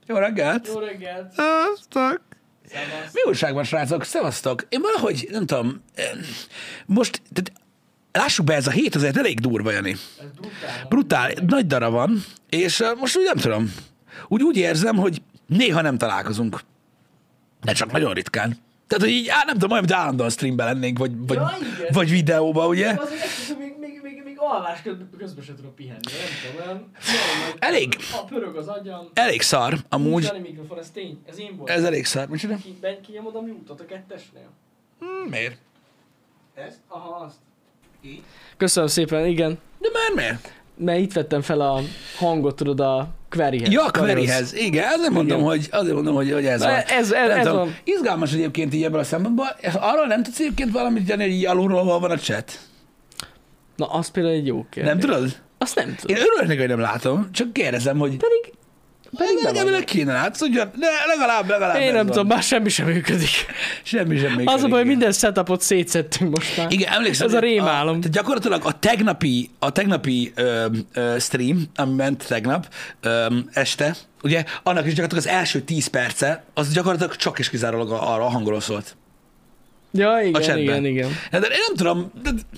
Jó reggelt! Jó reggelt! Szevasztok! Szevasz. Mi újság van, srácok? Szevasztok! Én valahogy, nem tudom, most, tehát lássuk be, ez a hét azért elég durva, Jani. Ez brutál. Brutál, nagy darab van, és most úgy nem tudom, úgy érzem, hogy néha nem találkozunk. De csak nagyon ritkán. Tehát, hogy így, nem tudom, olyan, mint állandóan streamben lennénk, vagy videóban, ugye? Azért ezt, még alvás közben se tudok pihenni, nem tudom, olyan... Elég. A pörög az agyam. Elég szar, amúgy. Nincs mikrofon, ez tény, ez én voltam. Ez elég szar. Micsoda? Kinyomod a mute-ot a kettesnél? Miért? Ezt? Aha, azt. Így? Köszönöm szépen, igen. De miért? Mert itt vettem fel a hangot, tudod, a Queryhez. Ja, a Queryhez. Igen, azért mondom, hogy ez van. Ez van. Izgalmas egyébként így ebből a szempontból. Arról nem tudsz egyébként valamit, Jani, hogy így alulról hol van a chat? Na, az például egy jó kérdés. Nem tudod? Azt nem tudom. Én örülök neki, hogy nem látom, csak kérdezem, hogy... Pedig Legalább kéne látsz, ugyan, de legalább én nem van. tudom, már semmi sem működik. Semmi sem működik. Az a baj, hogy minden setupot szétszettünk most már. Igen, emlékszem. Ez a rémálom. Tehát gyakorlatilag a tegnapi stream, ami ment tegnap este, ugye, annak is gyakorlatilag az első 10 perce, az gyakorlatilag csak és kizárólag arra a hangról szólt. Ja, A igen, chatben. igen. De én nem tudom,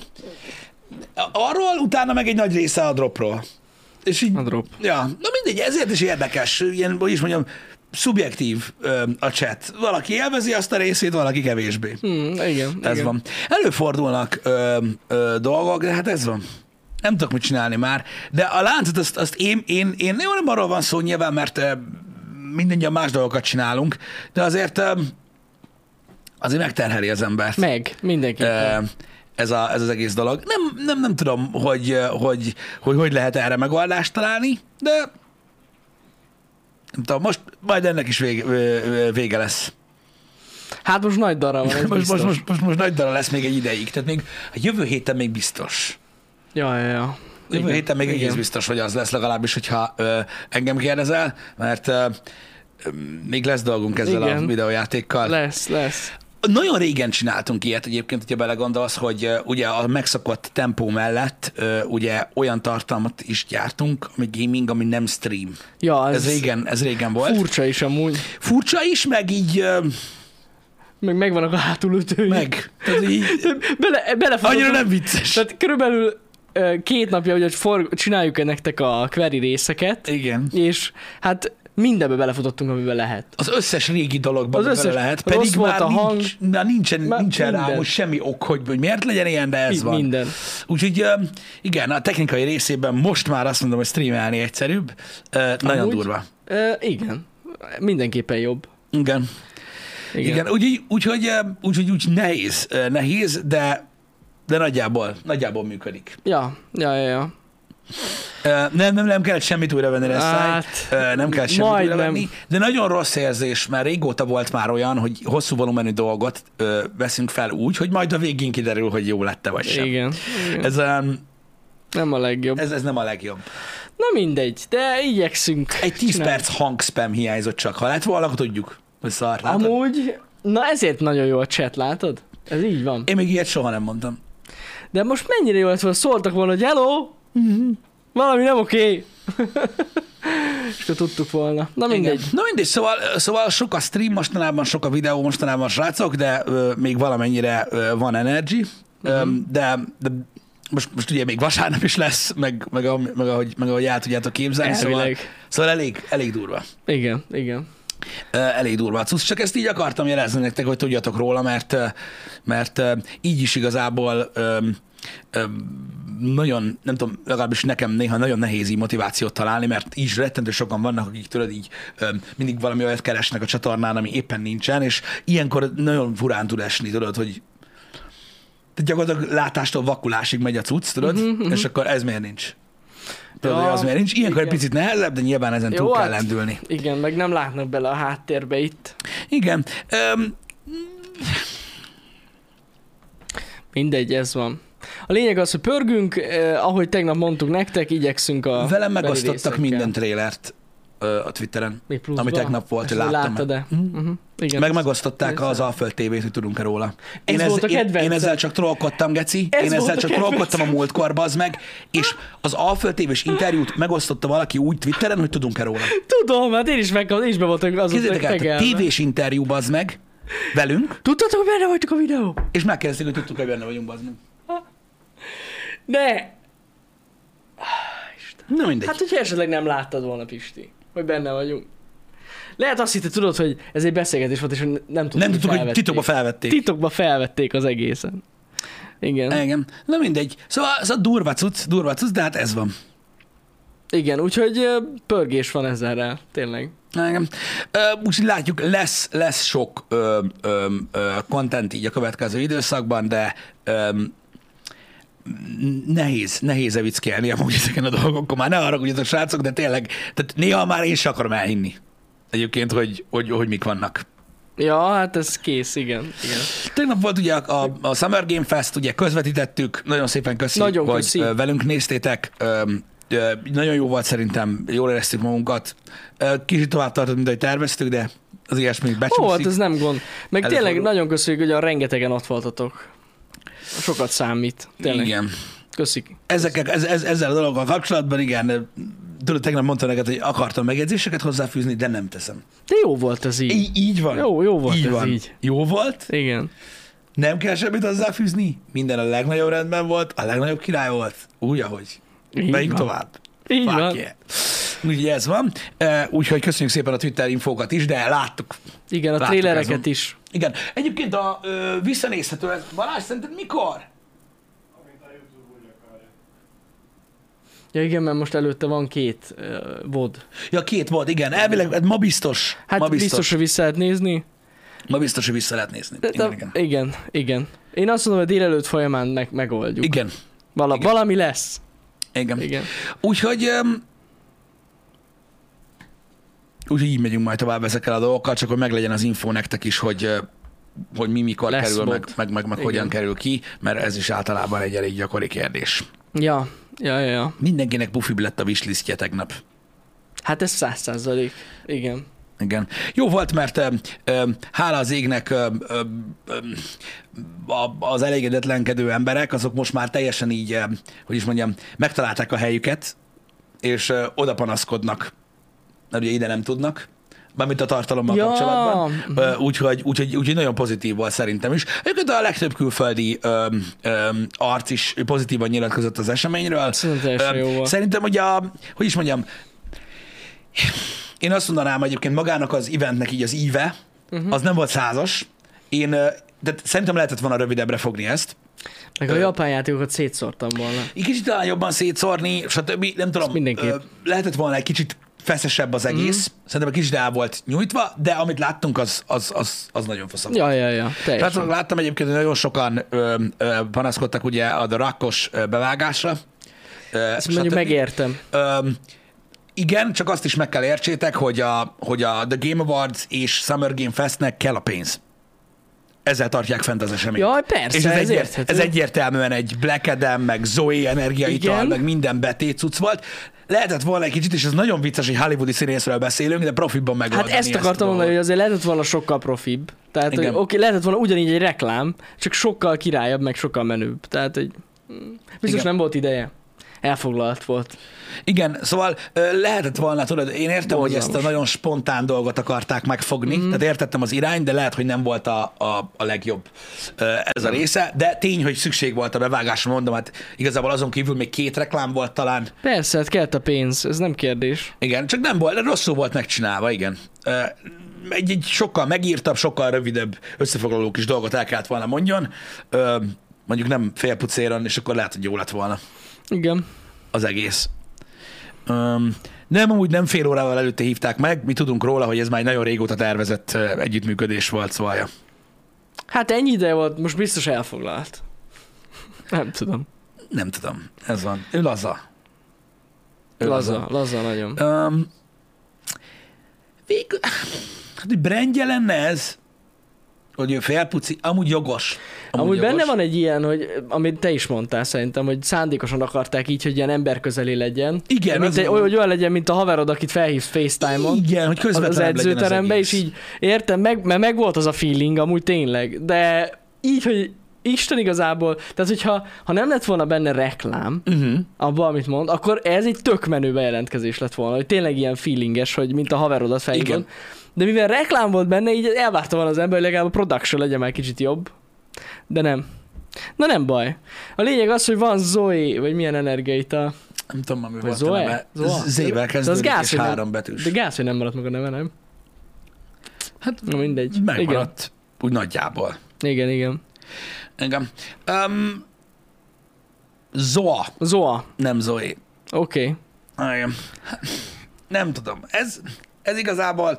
arról utána meg egy nagy része a dropról. És így, A drop. Ja, na mindegy, ezért is érdekes, ilyen, hogy is mondjam, szubjektív a chat. Valaki élvezi azt a részét, valaki kevésbé. Igen. Ez igen. van. Előfordulnak dolgok, de hát ez van. Nem tudok mit csinálni már. De a láncot, azt én nem arról van szó nyilván, mert mindannyian más dolgokat csinálunk, de azért megterheli az embert. Mindenképpen. Ez az egész dolog. Nem tudom, hogy lehet erre megoldást találni, de nem tudom, most majd ennek is vége lesz. Hát most nagy darab van, ez Most nagy darab lesz még egy ideig, tehát még a jövő héten még biztos. Ja. Jövő héten még egész biztos, hogy az lesz legalábbis, hogyha engem kérdezel, mert még lesz dolgunk ezzel a videójátékkal. Lesz. Nagyon régen csináltunk ilyet egyébként, hogyha belegondolsz, hogy ugye a megszokott tempó mellett ugye olyan tartalmat is gyártunk, ami gaming, ami nem stream. Ja, ez régen volt. Furcsa is amúgy. Furcsa is, meg így... Meg megvannak a hátulütői. Meg. Belefogott. Annyira nem vicces. Tehát körülbelül 2 napja, hogy csináljuk nektek a query részeket. Igen. És hát mindenbe belefutottunk, amiben lehet. Az összes régi dologban bele lehet, pedig volt már a hang, nincsen rá most semmi ok, hogy miért legyen ilyen, de ez van. Minden. Úgyhogy igen, a technikai részében most már azt mondom, hogy streamelni egyszerűbb. Nagyon durva. Igen. Mindenképpen jobb. Igen. Úgyhogy nehéz, de nagyjából működik. Ja. Nem kellett semmit újra venni, nem kellett semmit újra venni, de nagyon rossz érzés, mert régóta volt már olyan, hogy hosszú volumenű dolgot veszünk fel úgy, hogy majd a végén kiderül, hogy jó lett-e vagy sem. Igen. Ez nem a legjobb. Ez nem a legjobb. Na mindegy, de igyekszünk. Egy 10 perc hangspam hiányzott csak, ha lett volna, akkor tudjuk, hogy szar. Látod? Amúgy, na ezért nagyon jó a chat, látod? Ez így van. Én még ilyet soha nem mondtam. De most mennyire jó lett volna, szóltak volna, hogy hello, valami nem oké. És akkor tudtuk volna. Na mindegy. Igen. Na mindegy, szóval sok a stream mostanában, sok a videó mostanában, srácok, de még valamennyire van energy, de most ugye még vasárnap is lesz, meg ahogy el tudjátok képzelni, szóval elég durva. Igen. Elég durva a cucc, csak ezt így akartam jelezni nektek, hogy tudjatok róla, mert így is igazából nagyon, nem tudom, legalábbis nekem néha nagyon nehéz így motivációt találni, mert így rettentő sokan vannak, akik tudod így mindig valami olyat keresnek a csatornán, ami éppen nincsen, és ilyenkor nagyon furán tud esni, tudod, hogy gyakorlatilag látástól vakulásig megy a cucc, tudod, és akkor ez miért nincs? Tudod, hogy az miért nincs? Ilyenkor egy picit nehezebb, de nyilván ezen túl kell lendülni. Igen, meg nem látnak bele a háttérbe itt. Igen. Mindegy, ez van. A lényeg az, hogy pörgünk, ahogy tegnap mondtuk nektek, igyekszünk a velem megosztottak minden trélert a Twitteren, Még pluszba? ami tegnap volt, hogy láttam. Láttad-e? Igen. Meg megosztották az Alföld TV-t, hogy tudunk-e róla. Én ezzel csak trollkodtam, geci. Én ezzel csak trollkodtam a múltkor, bazd meg, és az Alföld TV-s interjút megosztotta valaki úgy Twitteren, hogy tudunk-e róla. Tudom, hát én is be voltam azon tegelve. TV-s interjú, bazd meg, velünk. Tudtatok, hogy benne vagytok a videó? És megkérdezték, hogy tudtuk, hogy benne vagyunk, bazd meg. Ne! Na mindegy. Hát, hogyha esetleg nem láttad volna, Pisti, hogy benne vagyunk. Lehet azt hitted, tudod, hogy ez egy beszélgetés volt, és nem tudtuk, hogy titokba felvették. Titokba felvették az egészen. Igen. Igen. Na mindegy. Szóval durva cucc, de hát ez van. Igen, úgyhogy pörgés van ezerrel, tényleg. Igen. Úgyhogy látjuk, lesz sok content így a következő időszakban, de nehéz evickélni amúgy ezeken a dolgokon. Már ne haragudjatok, srácok, de tényleg, tehát néha már én sem akarom elhinni egyébként, hogy mik vannak. Ja, hát ez kész, igen. Tegnap volt ugye a Summer Game Fest, ugye közvetítettük, nagyon szépen köszönjük, hogy velünk néztétek. Nagyon jó volt szerintem, jól éreztük magunkat. Kicsit tovább tartott, mint ahogy terveztük, de az ilyesmi becsúszik. Hát ez nem gond. Meg tényleg nagyon köszönjük, hogy a rengetegen ott voltatok. Sokat számít. Tényleg. Igen. Köszik. Ezzel a dologgal kapcsolatban, igen, tudod, tegnap mondtam neked, hogy akartam megjegyzéseket hozzáfűzni, de nem teszem. De jó volt ez így. Így van. Jó volt így ez van. így. Jó volt. Igen. Nem kell semmit hozzáfűzni. Minden a legnagyobb rendben volt, a legnagyobb király volt. Úgy, ahogy. Megyünk tovább. Így van. Yeah. Úgyhogy ez van. Úgyhogy köszönjük szépen a Twitter infókat is, de láttuk. Igen, a trélereket is. Igen. Egyébként a visszanézhető, Balázs, szerinted mikor? Ja igen, mert most előtte van 2 VOD. Ja, 2 VOD, igen. Elvileg ma biztos. Hát ma biztos, hogy vissza lehet nézni. Ma biztos, hogy vissza lehet nézni. Igen. Én azt mondom, hogy délelőtt folyamán megoldjuk. Igen. Valami lesz. Igen. Úgyhogy így megyünk majd tovább ezekkel a dolgokkal, csak hogy meglegyen az info nektek is, hogy mi mikor lesz kerül, meg hogyan kerül ki, mert ez is általában egy elég gyakori kérdés. Ja. Mindenkinek pufibb lett a wishlistje tegnap. Hát ez 100%. Igen. Igen. Jó volt, mert hála az égnek az elégedetlenkedő emberek, azok most már teljesen így, hogy is mondjam, megtalálták a helyüket, és oda panaszkodnak, mert ugye ide nem tudnak, mármint a tartalommal kapcsolatban. Úgyhogy nagyon pozitív volt szerintem is. Egyébként a legtöbb külföldi arc is pozitívan nyilatkozott az eseményről. Szerintem, hogy is mondjam, én azt mondanám egyébként magának az eventnek így az íve, az nem volt 100-as. De szerintem lehetett volna rövidebbre fogni ezt. Meg a japán játékokat szétszórtam volna. Kicsit talán jobban szétszórni, stb. Nem tudom, lehetett volna egy kicsit feszesebb az egész. Szerintem egy kicsit el volt nyújtva, de amit láttunk, az nagyon faszom. Ja. Tehát láttam egyébként, hogy nagyon sokan panaszkodtak ugye a The Rock-os bevágásra. Ezt mondjuk megértem. Igen, csak azt is meg kell értsétek, hogy a The Game Awards és Summer Game Festnek kell a pénz. Ezzel tartják fent az eseményt. Jaj, persze, és ez egyértelműen egy Black Adam, meg Zoe energiaital, meg minden betétcucc volt. Lehetett volna egy kicsit, és ez nagyon vicces, hogy hollywoodi színészről beszélünk, de profibban megoldani. Hát ezt akartam mondani, hogy azért lehetett volna sokkal profibb. Tehát, hogy oké, lehetett volna ugyanígy egy reklám, csak sokkal királyabb, meg sokkal menőbb. Tehát, hogy biztos nem volt ideje. Elfoglalt volt. Igen, szóval lehetett volna, tudod, én értem, hogy ezt a nagyon spontán dolgot akarták megfogni, tehát értettem az irány, de lehet, hogy nem volt a legjobb ez a része, de tény, hogy szükség volt a bevágásra, mondom, hát igazából azon kívül még 2 reklám volt talán. Persze, hát kellett a pénz, ez nem kérdés. Igen, csak nem volt, rosszul volt megcsinálva, igen. Egy sokkal megírtabb, sokkal rövidebb összefoglaló kis dolgot el kellett volna mondjon, mondjuk nem félpucéron, és akkor lehet, hogy jó lett volna. Igen. Az egész. Nem, amúgy nem fél órával előtte hívták meg, mi tudunk róla, hogy ez már egy nagyon régóta tervezett együttműködés volt, szóval. Hát ennyi ideje volt, most biztos elfoglalt. Nem tudom. Nem tudom, ez van. Ő laza. Laza nagyon. Hát, hogy brandje lenne ez? hogy ő félpuci, amúgy jogos. Amúgy benne van egy ilyen, hogy, amit te is mondtál szerintem, hogy szándékosan akarták így, hogy ilyen emberközeli legyen. Igen. Hogy olyan legyen, mint a haverod, akit felhívsz FaceTime-on. Igen, hogy közvetlenebb az edzőterembe, és így értem, mert meg volt az a feeling amúgy tényleg, de így, hogy Isten igazából, tehát hogyha nem lett volna benne reklám, abban, amit mond, akkor ez egy tök menő bejelentkezés lett volna, hogy tényleg ilyen feelinges, hogy mint a haverodat felhívod. De mivel reklám volt benne, így elvárta volna az ember, hogy legalább a production legyen már kicsit jobb. De nem. Na nem baj. A lényeg az, hogy van Zoe, vagy milyen energiaital. Nem tudom, ami volt Zoe? a neve. Z-vel kezdődik, és 3 betűs. De gáz, hogy nem maradt meg a neve, nem? Hát na mindegy. Megmaradt. Igen. Úgy nagyjából. Igen. Igen. Zoa. Nem Zoe. Oké. Igen. Nem tudom. Ez igazából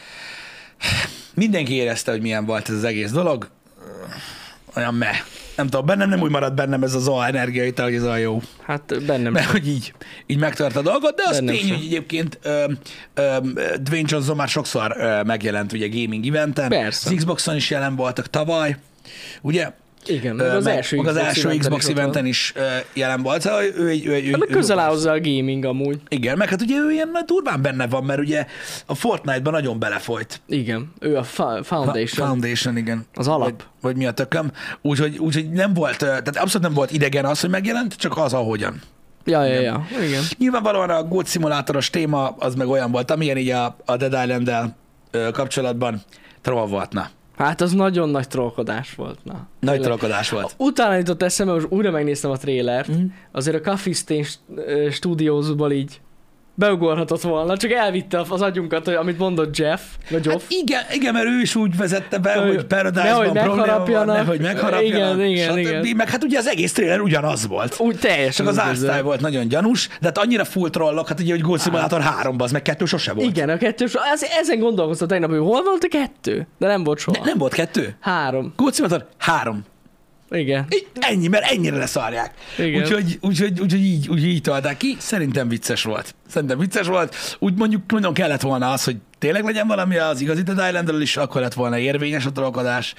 mindenki érezte, hogy milyen volt ez az egész dolog. Olyan nem tudom, bennem nem úgy maradt bennem ez a Zoa energiaital, hogy ez olyan jó. Hát bennem mert hogy így megtört a dolgot, de az bennem tény, hogy egyébként Dwayne Johnson már sokszor megjelent ugye gaming eventen. Persze. Az Xboxon is jelen voltak tavaly, ugye? Igen, az első Xbox eventen is jelen volt. Szóval ő közel áll hozzá a gaming amúgy. Igen, meg hát ugye ő ilyen durván benne van, mert ugye a Fortnite-ban nagyon belefolyt. Igen, ő a Foundation. Foundation, igen. Az alap. Vagy mi a tököm. Úgyhogy nem volt, tehát abszolút nem volt idegen az, hogy megjelent, csak az, ahogyan. Ja, igen. Nyilvánvalóan a Goat szimulátoros téma az meg olyan volt, amilyen így a Dead Island-del kapcsolatban troll volt, na. Hát az nagyon nagy trollkodás volt, na. Nagy trollkodás volt. Utána jutott eszembe, most újra megnéztem a trélert, azért a Coffee Stain Studiosból így beugorhatott volna, csak elvitte az agyunkat, amit mondott Jeff, vagy Geoff. Hát igen, mert ő is úgy vezette be, hogy Paradise-ban probléma van, nehogy megharapjanak, igen. Meg hát ugye az egész trailer ugyanaz volt. Úgy teljesen. Csak az ársztály volt nagyon gyanús, de hát annyira full trollok, hát ugye, hogy Goat Simulator 3, az meg 2 sose volt. Igen, a 2, ezen gondolkoztam tegnap, hogy hol volt a 2? De nem volt soha. Nem volt 2? 3. Goat Simulator 3. Igen. Ennyi, mert ennyire leszarják. Úgyhogy így tolták ki. Szerintem vicces volt. Úgy mondjuk kellett volna az, hogy tényleg legyen valami az igazi Dead Islandről is, akkor lett volna érvényes a trollkodás.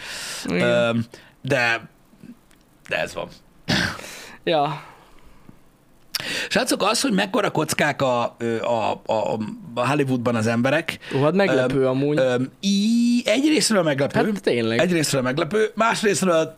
De ez van. Ja. Srácok, az, hogy mekkora kockák a Hollywoodban az emberek. Hát meglepő amúgy. Egyrésztről meglepő. Hát tényleg. Egyrésztről meglepő. Másrésztről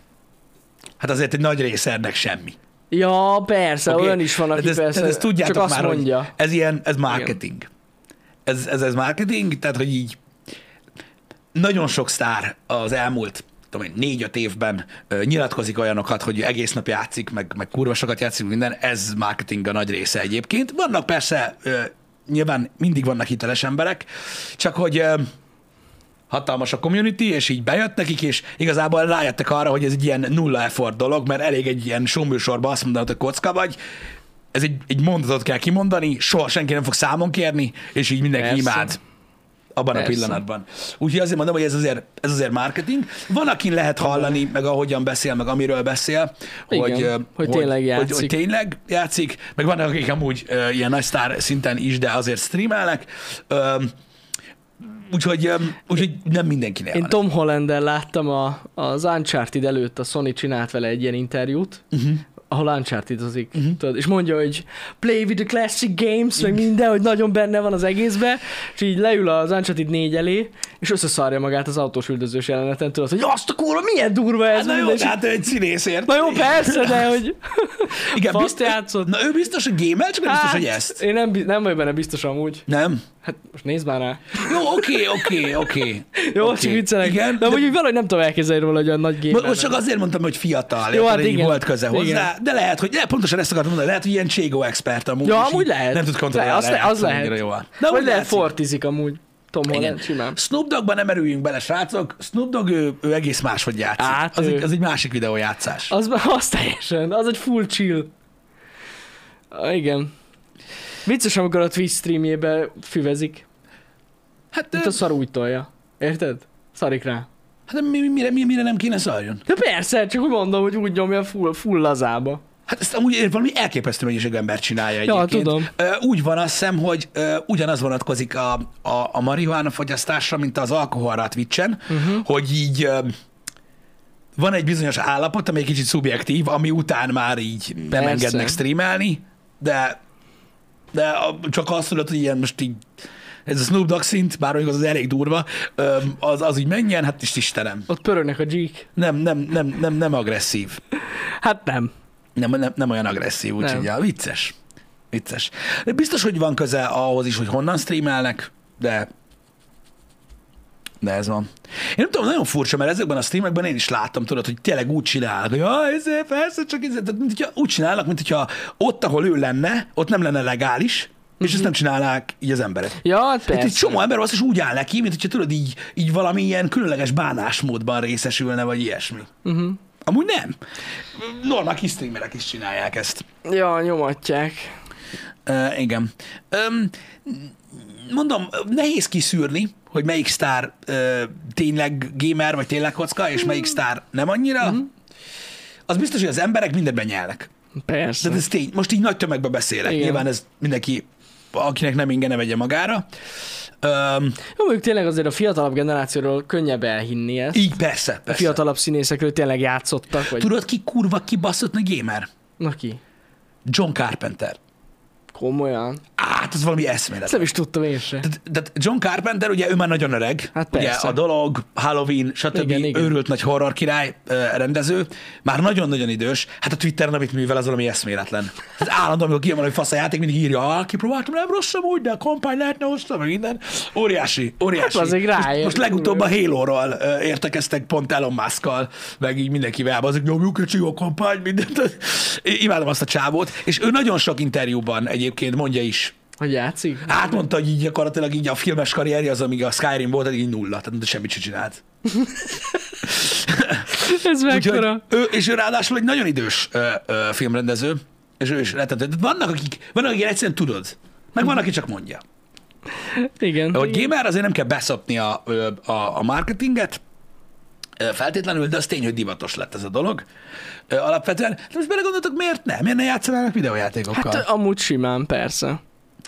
hát azért egy nagy része ennek semmi. Ja, persze, okay. Olyan is van, aki persze ezt tudjátok csak azt már, mondja. Ez marketing. Ez marketing, tehát hogy így nagyon sok sztár az elmúlt 4-5 évben nyilatkozik olyanokat, hogy egész nap játszik, meg kurva sokat játszik, minden, ez marketing a nagy része egyébként. Vannak persze, nyilván mindig vannak hiteles emberek, csak hogy hatalmas a community, és így bejött nekik, és igazából rájöttek arra, hogy ez egy ilyen nulla effort dolog, mert elég egy ilyen showműsorban azt mondanod, hogy kocka vagy, ez egy mondatot kell kimondani, soha senki nem fog számon kérni, és így mindenki imád abban a pillanatban. Úgyhogy azért mondom, hogy ez azért marketing. Van, akin lehet hallani, meg ahogyan beszél, meg amiről beszél, hogy tényleg játszik. Hogy tényleg játszik, meg vannak, akik amúgy ilyen nagy sztár szinten is, de azért streamelnek. Úgyhogy nem mindenkinél Én Tom Hollander láttam az Uncharted előtt, a Sony csinált vele egy ilyen interjút, ahol Uncharted-ozik, tudod, és mondja, hogy play with the classic games, meg minden, hogy nagyon benne van az egészbe, és így leül az Uncharted 4 elé, és összeszarja magát az autós üldözős jeleneten, tudod, hogy azt a kurva, milyen durva ez. Hát, na jó, hát egy színészért. Na jó, persze, de hogy igen, játszott. Na ő biztos, hogy gamer, csak nem biztos, hogy ezt. Én nem vagy benne biztos amúgy. Nem? Hát most nézd már rá. Jó, oké. Jó, csak viccelek. Igen, de úgy valahogy nem tudom elképzelni róla, hogy olyan nagy gamer. Most csak azért mondtam, hogy fiatal. Jó, hát igen. Volt köze hozzá, de lehet, hogy pontosan ezt akartam mondani, lehet, hogy ilyen Cségó expert amúgy. Ja, amúgy lehet. Nem tud kontrollálni. Az lehet. Vagy lehet fortizik amúgy. Tom Holland simán. Snoop Doggban nem erüljünk bele, srácok. Snoop Dogg ő egész máshogy játszik. Az egy másik videójátszás. Az teljesen. Az egy full chill. Igen. Vicces, amikor a Twitch streamjébe füvezik. Hát itt a szar úgy tolja. Érted? Szarik rá. Hát mire nem kéne szarjon? De persze, csak úgy mondom, hogy úgy nyomja full lazába. Hát ezt amúgy valami elképesztő mennyiségű ember csinálja egyébként. Ja, tudom. Úgy van, azt hiszem, hogy ugyanaz vonatkozik a marihuána fogyasztásra, mint az alkoholra a Twitch-en, hogy így van egy bizonyos állapot, ami egy kicsit szubjektív, ami után már így nem engednek streamelni, de csak azt tudod, hogy ilyen most így ez a Snoop Dogg szint, bár mondjuk az elég durva, az így menjen, hát Istenem. Ott pörögnek a G-k. Nem agresszív. Hát nem. Nem olyan agresszív, úgyhogy ja, vicces. De biztos, hogy van köze ahhoz is, hogy honnan streamelnek, de ez van. Én nem tudom, nagyon furcsa, mert ezekben a streamekben én is láttam, tudod, hogy tényleg úgy csinálnak, hogy persze, csak úgy csinálnak, mint hogyha ott, ahol ő lenne, ott nem lenne legális, és ezt nem csinálnák így az emberek. Ja, hát persze. Egy csomó ember azt is úgy áll neki, mint hogyha tudod, így valami ilyen különleges bánásmódban részesülne, vagy ilyesmi. Amúgy nem. Normál kis streamerek is csinálják ezt. Ja, nyomatják. Igen. Mondom, nehéz kiszűrni, hogy melyik sztár tényleg gamer, vagy tényleg kocka, és melyik sztár nem annyira. Az biztos, hogy az emberek mindenben nyelnek. Persze. De ez tény. Most így nagy tömegben beszélek. Igen. Nyilván ez mindenki, akinek nem inge, ne vegye magára. Jó, mondjuk tényleg azért a fiatalabb generációról könnyebb elhinni ezt. Így, persze. A fiatalabb színészekről tényleg játszottak. Vagy... Tudod, ki kurva kibaszott meg gamer? Na ki? John Carpenter. Komolyan? Hát, ez valami eszmélet. Ezt nem is tudtam én se. Tehát John Carpenter, ugye ő már nagyon öreg. Hát ugye persze. a Dolog, Halloween, stb. Igen. Őrült nagy horror király rendező. Már nagyon-nagyon idős. Hát a Twitteren, amit művel, az valami eszméletlen. Ez állandóan, amikor kijön valami fasz a játék, mindig írja, kipróbáltam, nem rossz amúgy, de a kampány lehetne hosszabb, meg minden. Óriási. Hát azért rájön. Most legutóbb a Halo-ról értekeztek pont Elon Musk-kal, meg így mindenkivel, azok nyomjuk a kampány, mindent. Imádom azt a csávót, és ő nagyon sok interjúban egyébként mondja is, hogy játszik? Átmondta, hogy így gyakorlatilag így a filmes karrierje az, amíg a Skyrim volt, így nulla, tehát semmit sem csinált. Ez mekkora. És ő ráadásul egy nagyon idős filmrendező, és ő is rettentő. Vannak, akik egyszerűen tudod, meg van, aki csak mondja. Igen. Hogy gamer azért nem kell beszopni a marketinget, feltétlenül, de az tény, hogy divatos lett ez a dolog. Alapvetően. De most belegondoltok, miért nem? Miért ne játszanának videójátékokkal? Hát amúgy simán, persze.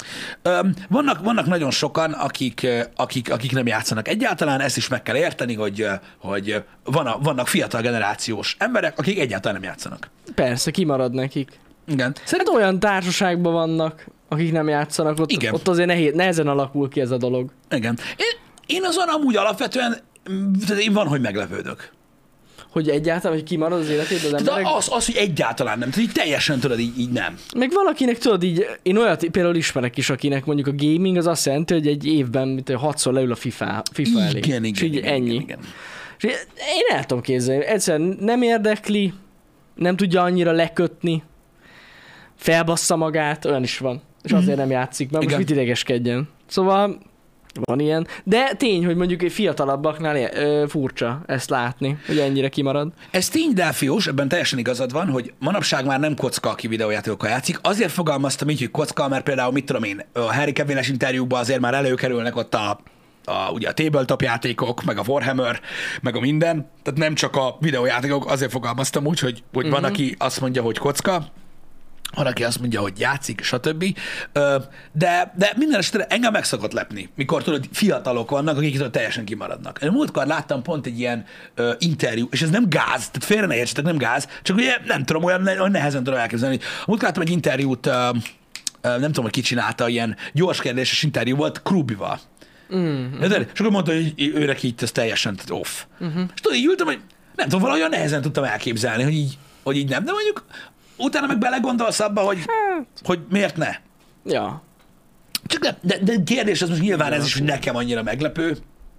Vannak nagyon sokan, akik nem játszanak egyáltalán, ezt is meg kell érteni, hogy vannak fiatal generációs emberek, akik egyáltalán nem játszanak. Persze, kimarad nekik. Igen. Hát olyan társaságban vannak, akik nem játszanak, ott azért nehezen alakul ki ez a dolog. Igen. Én azon amúgy alapvetően, én van, hogy meglepődök. Hogy egyáltalán, hogy kimarad az életéből az emberek? Az, hogy egyáltalán nem. Tehát így teljesen tudod, így nem. Meg valakinek tudod így, én olyat például ismerek is, akinek mondjuk a gaming az azt jelenti, hogy egy évben 6-szor leül a FIFA elé. Igen, és így ennyi. Igen. És én el tudom képzelni, egyszerűen nem érdekli, nem tudja annyira lekötni, felbassza magát, olyan is van. És azért nem játszik, mert most mit idegeskedjen. Szóval van ilyen. De tény, hogy mondjuk egy fiatalabbaknál furcsa ezt látni, hogy ennyire kimarad. Ez tény, Delfiós, ebben teljesen igazad van, hogy manapság már nem kocka, aki videójátékokkal játszik. Azért fogalmaztam így, hogy kocka, mert például, mit tudom én, a Harry Cavill-es interjúkban azért már előkerülnek ott ugye a tabletop játékok, meg a Warhammer, meg a minden. Tehát nem csak a videójátékok, azért fogalmaztam úgy, hogy van, aki azt mondja, hogy kocka, van, aki azt mondja, hogy játszik, stb. De minden esetre engem meg szokott lepni, mikor tudod, fiatalok vannak, akik teljesen kimaradnak. Én múltkor láttam pont egy ilyen interjú, és ez nem gáz, tehát félre ne értsetek, nem gáz, csak ugye nem tudom, olyan nehezen tudom elképzelni. Múltkor láttam egy interjút, nem tudom, hogy ki csinálta, ilyen gyors kérdéses interjú volt Krubival. És akkor mondta, hogy őnek így ez teljesen off. És tudod, így ültem, hogy nem tudom, valahogy nehezen tudtam elképzelni, hogy így nem, de mondjuk utána meg belegondolsz abba, hogy miért ne? Ja. Csak de kérdés az most nyilván ez is, hogy nekem annyira meglepő.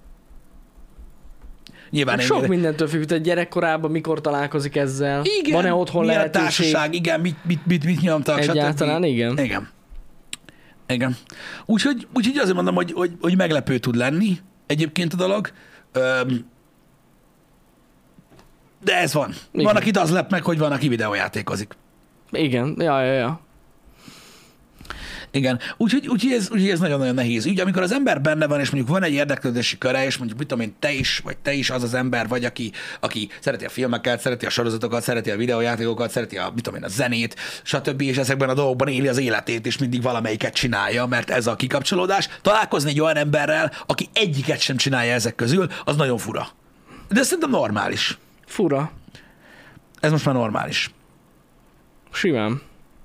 Nyilván sok mindentől függ, hogy gyerekkorában mikor találkozik ezzel. Igen, van-e otthon milyen lehetőség? Társaság, igen, mit nyomtak, egyáltalán, stb. Igen. Úgyhogy azért mondom, hogy meglepő tud lenni egyébként a dolog. De ez van. Igen. Van, akit az lep meg, hogy van, aki videójátékozik. Igen, ja. Igen, úgyhogy ez nagyon-nagyon nehéz ügy. Amikor az ember benne van, és mondjuk van egy érdeklődési köre, és mondjuk mit tudom én, te is az az ember vagy, aki szereti a filmeket, szereti a sorozatokat, szereti a videójátékokat, szereti a, mit tudom én, a zenét, stb. És ezekben a dolgokban éli az életét, és mindig valamelyiket csinálja, mert ez a kikapcsolódás. Találkozni egy olyan emberrel, aki egyiket sem csinálja ezek közül, az nagyon fura. De ez szerintem normális. Fura. Ez most már normális. Simán.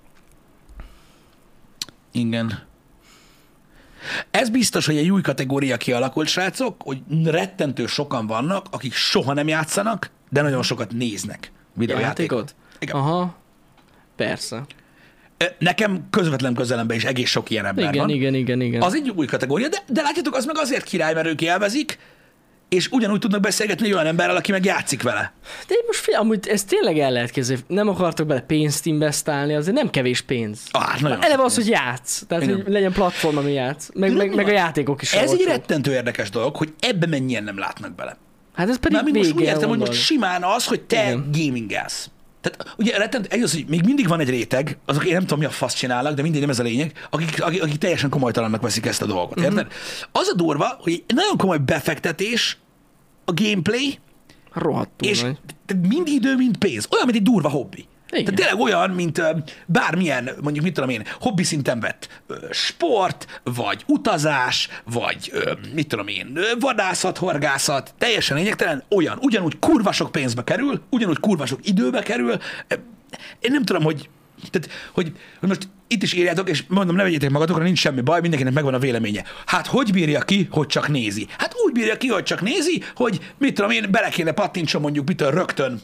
Igen. Ez biztos, hogy egy új kategória kialakult, srácok, hogy rettentő sokan vannak, akik soha nem játszanak, de nagyon sokat néznek videójátékot. Igen. Aha. Persze. Nekem közvetlen közelemben is egész sok ilyen ember van. Igen. Az egy új kategória, de látjátok, az meg azért király, mert ők élvezik, és ugyanúgy tudnak beszélgetni egy olyan emberrel, aki meg játszik vele. De most amúgy ezt tényleg el lehet kezdeni. Nem akartok bele pénzt investálni, azért nem kevés pénz. Eleve az, hogy játsz. Tehát, igen, hogy legyen platform, ami játsz. Meg a játékok is. Ez egy rettentő érdekes dolog, hogy ebbe mennyien nem látnak bele. Hát ez pedig most úgy értem, hogy most simán az, hogy te gamingelsz. Tehát ugye rettentő, az, hogy még mindig van egy réteg, azok én nem tudom, mi a fasz csinálnak, de mindig nem ez a lényeg, akik teljesen komolytalannak veszik ezt a dolgot. Érted? Az a durva, hogy egy nagyon komoly befektetés a gameplay, rohadtul és nagy. mind idő, mind pénz. Olyan, mint egy durva hobbi. Igen. Tehát tényleg olyan, mint bármilyen, mondjuk mit tudom én, hobbi szinten vett sport, vagy utazás, vagy mit tudom én, vadászat, horgászat, teljesen lényegtelen, olyan, ugyanúgy kurva sok pénzbe kerül, ugyanúgy kurva sok időbe kerül. Én nem tudom, hogy most itt is írjátok, és mondom, ne vegyétek magatokra, nincs semmi baj, mindenkinek megvan a véleménye. Hát hogy bírja ki, hogy csak nézi? Hát úgy bírja ki, hogy csak nézi, hogy mit tudom én, bele kéne pattintson mondjuk mitől rögtön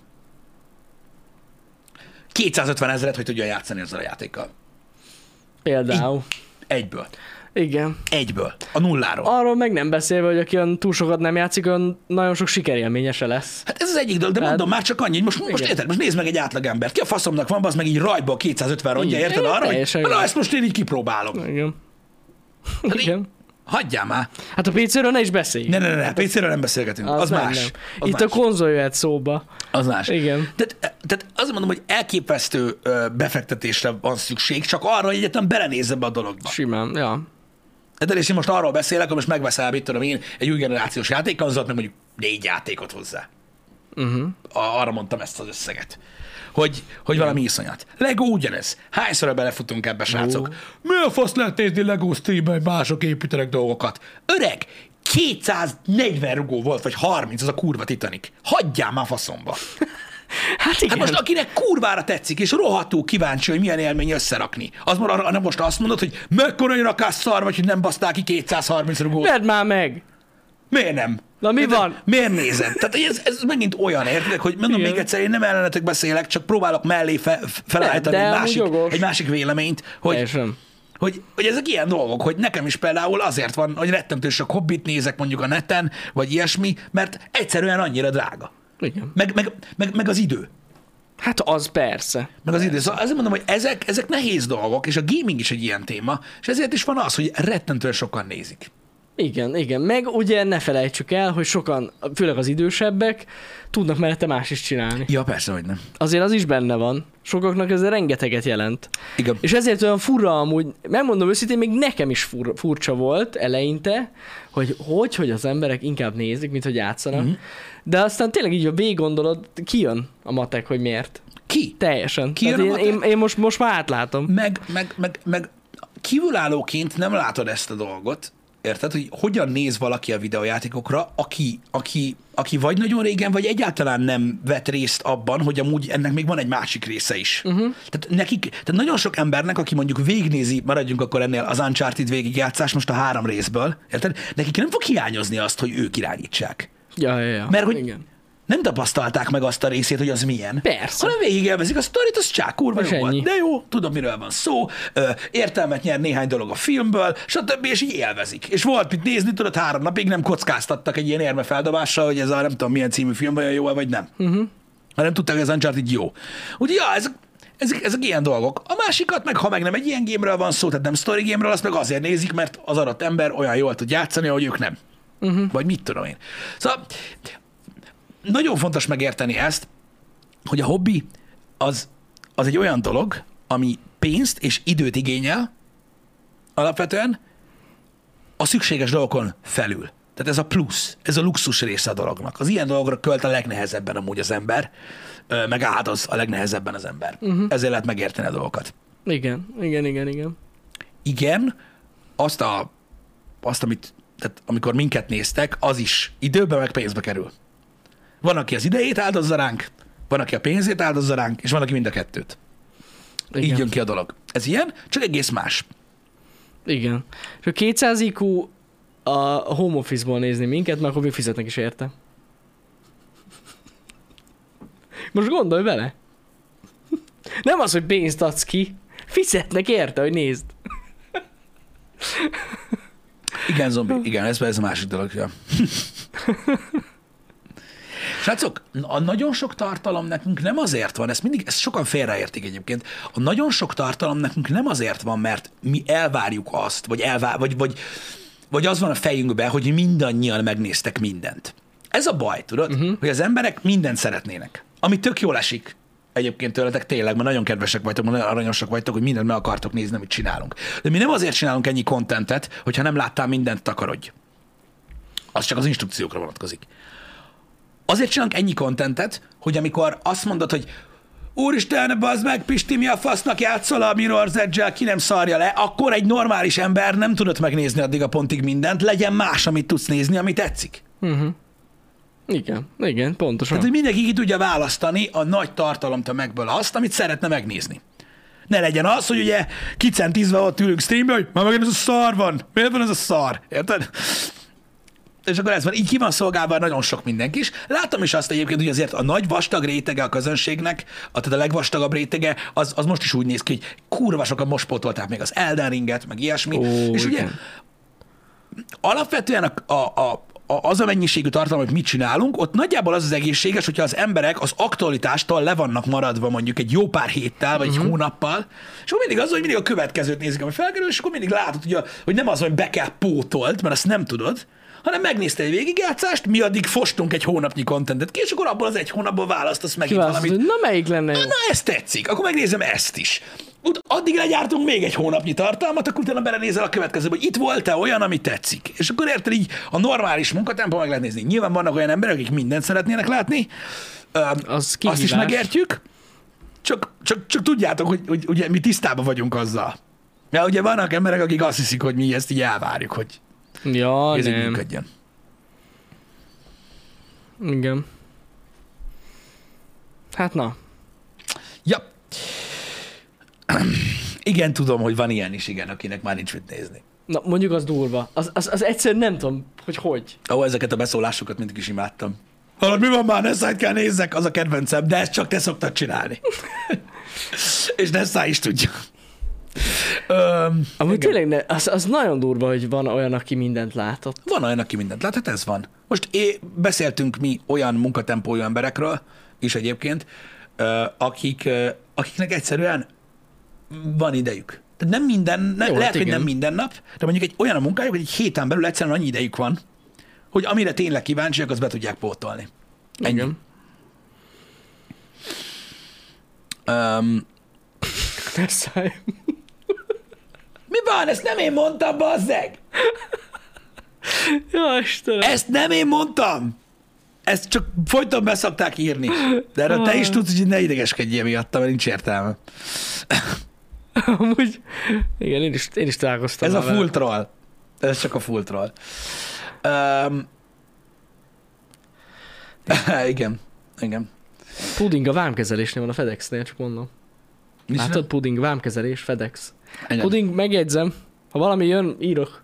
250 000, hogy tudja játszani ezzel a játékkal. Például. Egyből. Igen. Egyből. A nulláról. Arról meg nem beszélve, hogy aki olyan túl sokat nem játszik, olyan nagyon sok sikerélménye se lesz. Hát ez az egyik dolog, de mondom már csak annyi, hogy most érted, most nézd meg egy átlagember. Ki a faszomnak van, az meg így rajból 250 rongya, érted arra, hogy na, ezt most én így kipróbálom. Igen. Hát igen. Hagyjál már. Hát a PC-ről ne is beszélj. Ne, PC-ről nem beszélgetünk. Az más. Nem. Az itt más. A konzol jöhet szóba. Az más. Igen. Tehát azt mondom, hogy elképesztő befektetésre van szükség, csak arra, hogy egyetem belenézz ebbe a dologba. Simán, ja. De és én most arról beszélek, hogy most megveszel, mit tudom én, egy új generációs játékkonzolt, meg mondjuk 4 játékot hozzá. Arra mondtam ezt az összeget. Hogy valami iszonyat. Lego ugyanez. Hányszor belefutunk ebbe, srácok? Mi a fasz lehet nézni Lego streamben, mások építenek dolgokat? Öreg, 240 rugó volt, vagy 30, az a kurva Titanic. Hagyjál már faszomba. Hát igen. Hát most akinek kurvára tetszik, és rohadtul kíváncsi, hogy milyen élmény összerakni. Az most azt mondod, hogy mekkora jön a kasszar, vagy hogy nem basztál ki 230 rugót. Vedd már meg! Miért nem? Na mi van? Miért nézed? Tehát ez megint olyan, érted, hogy mondom még egyszer, én nem ellenetek beszélek, csak próbálok mellé felállítani egy másik véleményt, hogy ezek ilyen dolgok, hogy nekem is például azért van, hogy rettentő sok hobbit nézek mondjuk a neten, vagy ilyesmi, mert egyszerűen annyira drága. Igen. Meg az idő. Hát az persze. Meg az idő. Szóval azért mondom, hogy ezek nehéz dolgok, és a gaming is egy ilyen téma, és ezért is van az, hogy rettentően sokan nézik. Igen. Meg ugye ne felejtsük el, hogy sokan, főleg az idősebbek, tudnak mellette más is csinálni. Ja, persze, hogy nem. Azért az is benne van. Sokaknak ez rengeteget jelent. Igen. És ezért olyan fura amúgy, megmondom őszintén, még nekem is furcsa volt eleinte, hogy az emberek inkább nézik, mint hogy játszanak. De aztán tényleg így, ha végig gondolod, kijön a matek, hogy miért. Ki? Teljesen. Én most már átlátom. Meg kívülállóként nem látod ezt a dolgot, érted, hogy hogyan néz valaki a videójátékokra, aki vagy nagyon régen, vagy egyáltalán nem vett részt abban, hogy amúgy ennek még van egy másik része is. Tehát nagyon sok embernek, aki mondjuk végignézi, maradjunk akkor ennél az Uncharted végigjátszás most a 3 részből, érted? Nekik nem fog hiányozni azt, hogy ők irányítsák. Ja. Mert hogy igen. Nem tapasztalták meg azt a részét, hogy az milyen. Persze. Hanem végig élvezik a sztorit, az csák, kurva jó ennyi. volt. De jó, tudom, miről van szó, értelmet nyer néhány dolog a filmből, stb. És így élvezik. És volt mit nézni, tudod, 3 napig nem kockáztattak egy ilyen érmefeldobással, hogy ez a nem tudom milyen című film vajon jó vagy nem. Hanem tudták, hogy az Uncharted jó. Úgyhogy ja, ezek ilyen dolgok. A másikat meg, ha meg nem egy ilyen gémről van szó, tehát nem story gémről, azt meg azért nézik, mert az adott ember olyan jól tud játszani, ahogy ők nem. Vagy mit tudom én. Szóval nagyon fontos megérteni ezt, hogy a hobbi az egy olyan dolog, ami pénzt és időt igényel, alapvetően a szükséges dolgokon felül. Tehát ez a plusz, ez a luxus része a dolognak. Az ilyen dolgokra költ a legnehezebben amúgy az ember, meg áldoz a legnehezebben az ember. Ezért lehet megérteni a dolgokat. Igen. Igen, tehát amikor minket néztek, az is időbe meg pénzbe kerül. Van, aki az idejét áldozza ránk, van, aki a pénzét áldozza ránk, és van, aki mind a kettőt. Igen. Így jön ki a dolog. Ez ilyen, csak egész más. Igen. És a 200 IQ a home office-ból nézni minket, mert akkor még fizetnek is érte. Most gondolj bele. Nem az, hogy pénzt adsz ki, fizetnek érte, hogy nézd. Igen, zombi, igen, ez a másik dolog. Ja. Srácok, a nagyon sok tartalom nekünk nem azért van, ezt sokan félreértik egyébként, a nagyon sok tartalom nekünk nem azért van, mert mi elvárjuk azt, vagy az van a fejünkben, hogy mindannyian megnéztek mindent. Ez a baj, tudod, hogy az emberek mindent szeretnének, ami tök jól esik. Egyébként tőletek tényleg, mert nagyon kedvesek vagytok, mert nagyon aranyosak vagytok, hogy mindent meg akartok nézni, amit csinálunk. De mi nem azért csinálunk ennyi kontentet, hogyha nem láttál mindent, takarodj. Az csak az instrukciókra vonatkozik. Azért csinálunk ennyi kontentet, hogy amikor azt mondod, hogy úristen, bazd meg, Pisti, mi a fasznak játszol a Mirror's Edge-el, ki nem szarja le, akkor egy normális ember nem tudott megnézni addig a pontig mindent, legyen más, amit tudsz nézni, ami tetszik. Igen, pontosan. Tehát, hogy mindenki ki tudja választani a nagy tartalomtömegből azt, amit szeretne megnézni. Ne legyen az, hogy ugye kicentizve ott ülünk streambe, hogy már megint ez a szar van. Miért van ez a szar? Érted? És akkor ez van. Így ki van szolgálva nagyon sok mindenki is. Látom is azt egyébként, hogy azért a nagy vastag rétege a közönségnek, tehát a legvastagabb rétege, az most is úgy néz ki, hogy kurva sokan most pótolták még az Elden Ringet, meg ilyesmi. És ugye alapvetően az a mennyiségű tartalom, amit mit csinálunk, ott nagyjából az egészséges, hogyha az emberek az aktualitástól le vannak maradva mondjuk egy jó pár héttel, vagy egy hónappal, és akkor mindig az, hogy mindig a következőt nézik, ami felkerül, és akkor mindig látod, hogy nem az, hogy be kell pótolt, mert azt nem tudod, hanem megnéztél egy végigjátszást, mi addig fostunk egy hónapnyi kontentet ki, és akkor abból az egy hónapból választasz megint valamit. Na melyik lenne jó? Na ez tetszik, akkor megnézem ezt is. Addig legyártunk még egy hónapnyi tartalmat, akkor utána belenézel a következőbe, hogy itt volt-e olyan, ami tetszik. És akkor érted így a normális munkatempó meg lehet nézni. Nyilván vannak olyan emberek, akik mindent szeretnének látni, azt is megértjük, csak tudjátok, hogy ugye mi tisztában vagyunk azzal. Mert ugye vannak emberek, akik azt hiszik, hogy mi ezt így elvárjuk, hogy ez így működjön. Igen. Hát na. Ja. Igen, tudom, hogy van ilyen is, igen, akinek már nincs mit nézni. Na, mondjuk az durva. Az egyszerűen nem tudom, hogy. Ezeket a beszólásokat mindig is imádtam. Hallod, mi van már, Nessai kell nézzek, az a kedvencem, de ezt csak te szoktad csinálni. És Nessai is tudja. Amúgy tényleg, az nagyon durva, hogy van olyan, aki mindent látott. Van olyan, aki mindent lát, hát ez van. Most beszéltünk mi olyan munkatempójú emberekről is egyébként, akiknek egyszerűen van idejük. Tehát nem minden, Jó, lehet, hogy nem minden nap, de mondjuk egy olyan a munkájuk, hogy egy héten belül egyszerűen annyi idejük van, hogy amire tényleg kíváncsiak, azt be tudják pótolni. Ennyi. Igen. Mi van? Ezt nem én mondtam, bazzeg! Ja, Istenem. Ezt nem én mondtam! Ezt csak folyton beszokták írni. De erről te is tudsz, hogy ne idegeskedjél miatta, mert nincs értelme. Amúgy, igen, én is találkoztam. Ez a full troll. Ez csak a full troll. Igen. Puding a vámkezelésnél van a FedEx-nél, csak mondom. Látod, Puding, vámkezelés, FedEx. Igen. Puding, megjegyzem, ha valami jön, írok.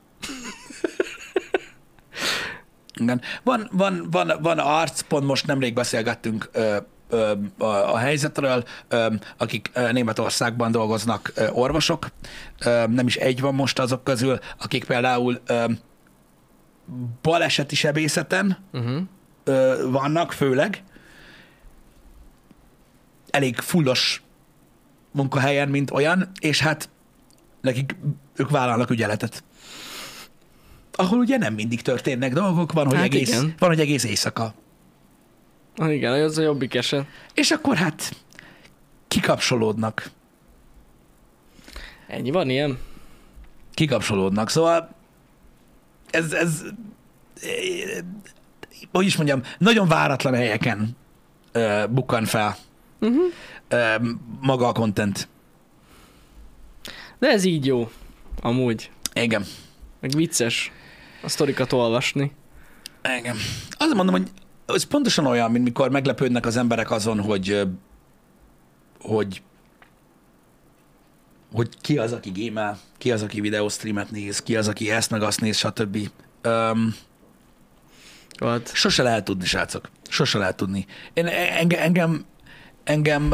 Igen. Van arc, pont most nemrég beszélgettünk a helyzetről, akik Németországban dolgoznak orvosok. Nem is egy van most azok közül, akik például baleseti sebészeten vannak főleg. Elég fullos munkahelyen, mint olyan, és hát ők vállalnak ügyeletet. Ahol ugye nem mindig történnek dolgok, van, hogy egész éjszaka. Igen, az a jobbik eset. És akkor hát kikapcsolódnak. Ennyi, van ilyen? kikapcsolódnak. Szóval ez hogy is mondjam, nagyon váratlan helyeken bukkan fel maga a content. De ez így jó, amúgy. Igen. Meg vicces a sztorikat olvasni. Igen. Azt mondom, hogy ez pontosan olyan, mint mikor meglepődnek az emberek azon, hogy ki az, aki gémel, ki az, aki videóstreamet néz, ki az, aki ezt meg azt néz, stb. Sose lehet tudni, srácok. Sose lehet tudni. Engem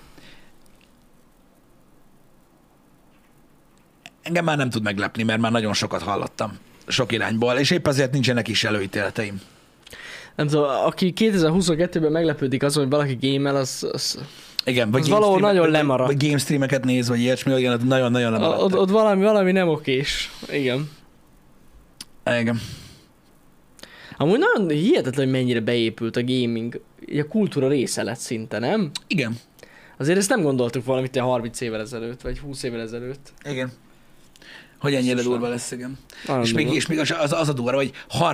már nem tud meglepni, mert már nagyon sokat hallottam sok irányból, és épp azért nincsenek is előítéleteim. Nem tudom, aki 2022-ben meglepődik azon, hogy valaki gémel, az igen, vagy valahol nagyon lemaradt. Vagy game streameket néz, vagy ilyesmi, olyan nagyon-nagyon lemaradt. Ott valami nem okés. Igen. Igen. Amúgy nagyon hihetetlen, hogy mennyire beépült a gaming, így a kultúra része lett szinte, nem? Igen. Azért ezt nem gondoltuk valamit 30 évvel ezelőtt, vagy 20 évvel ezelőtt. Igen. Hogy ennyire durva lesz, igen. És még az a durva, hogy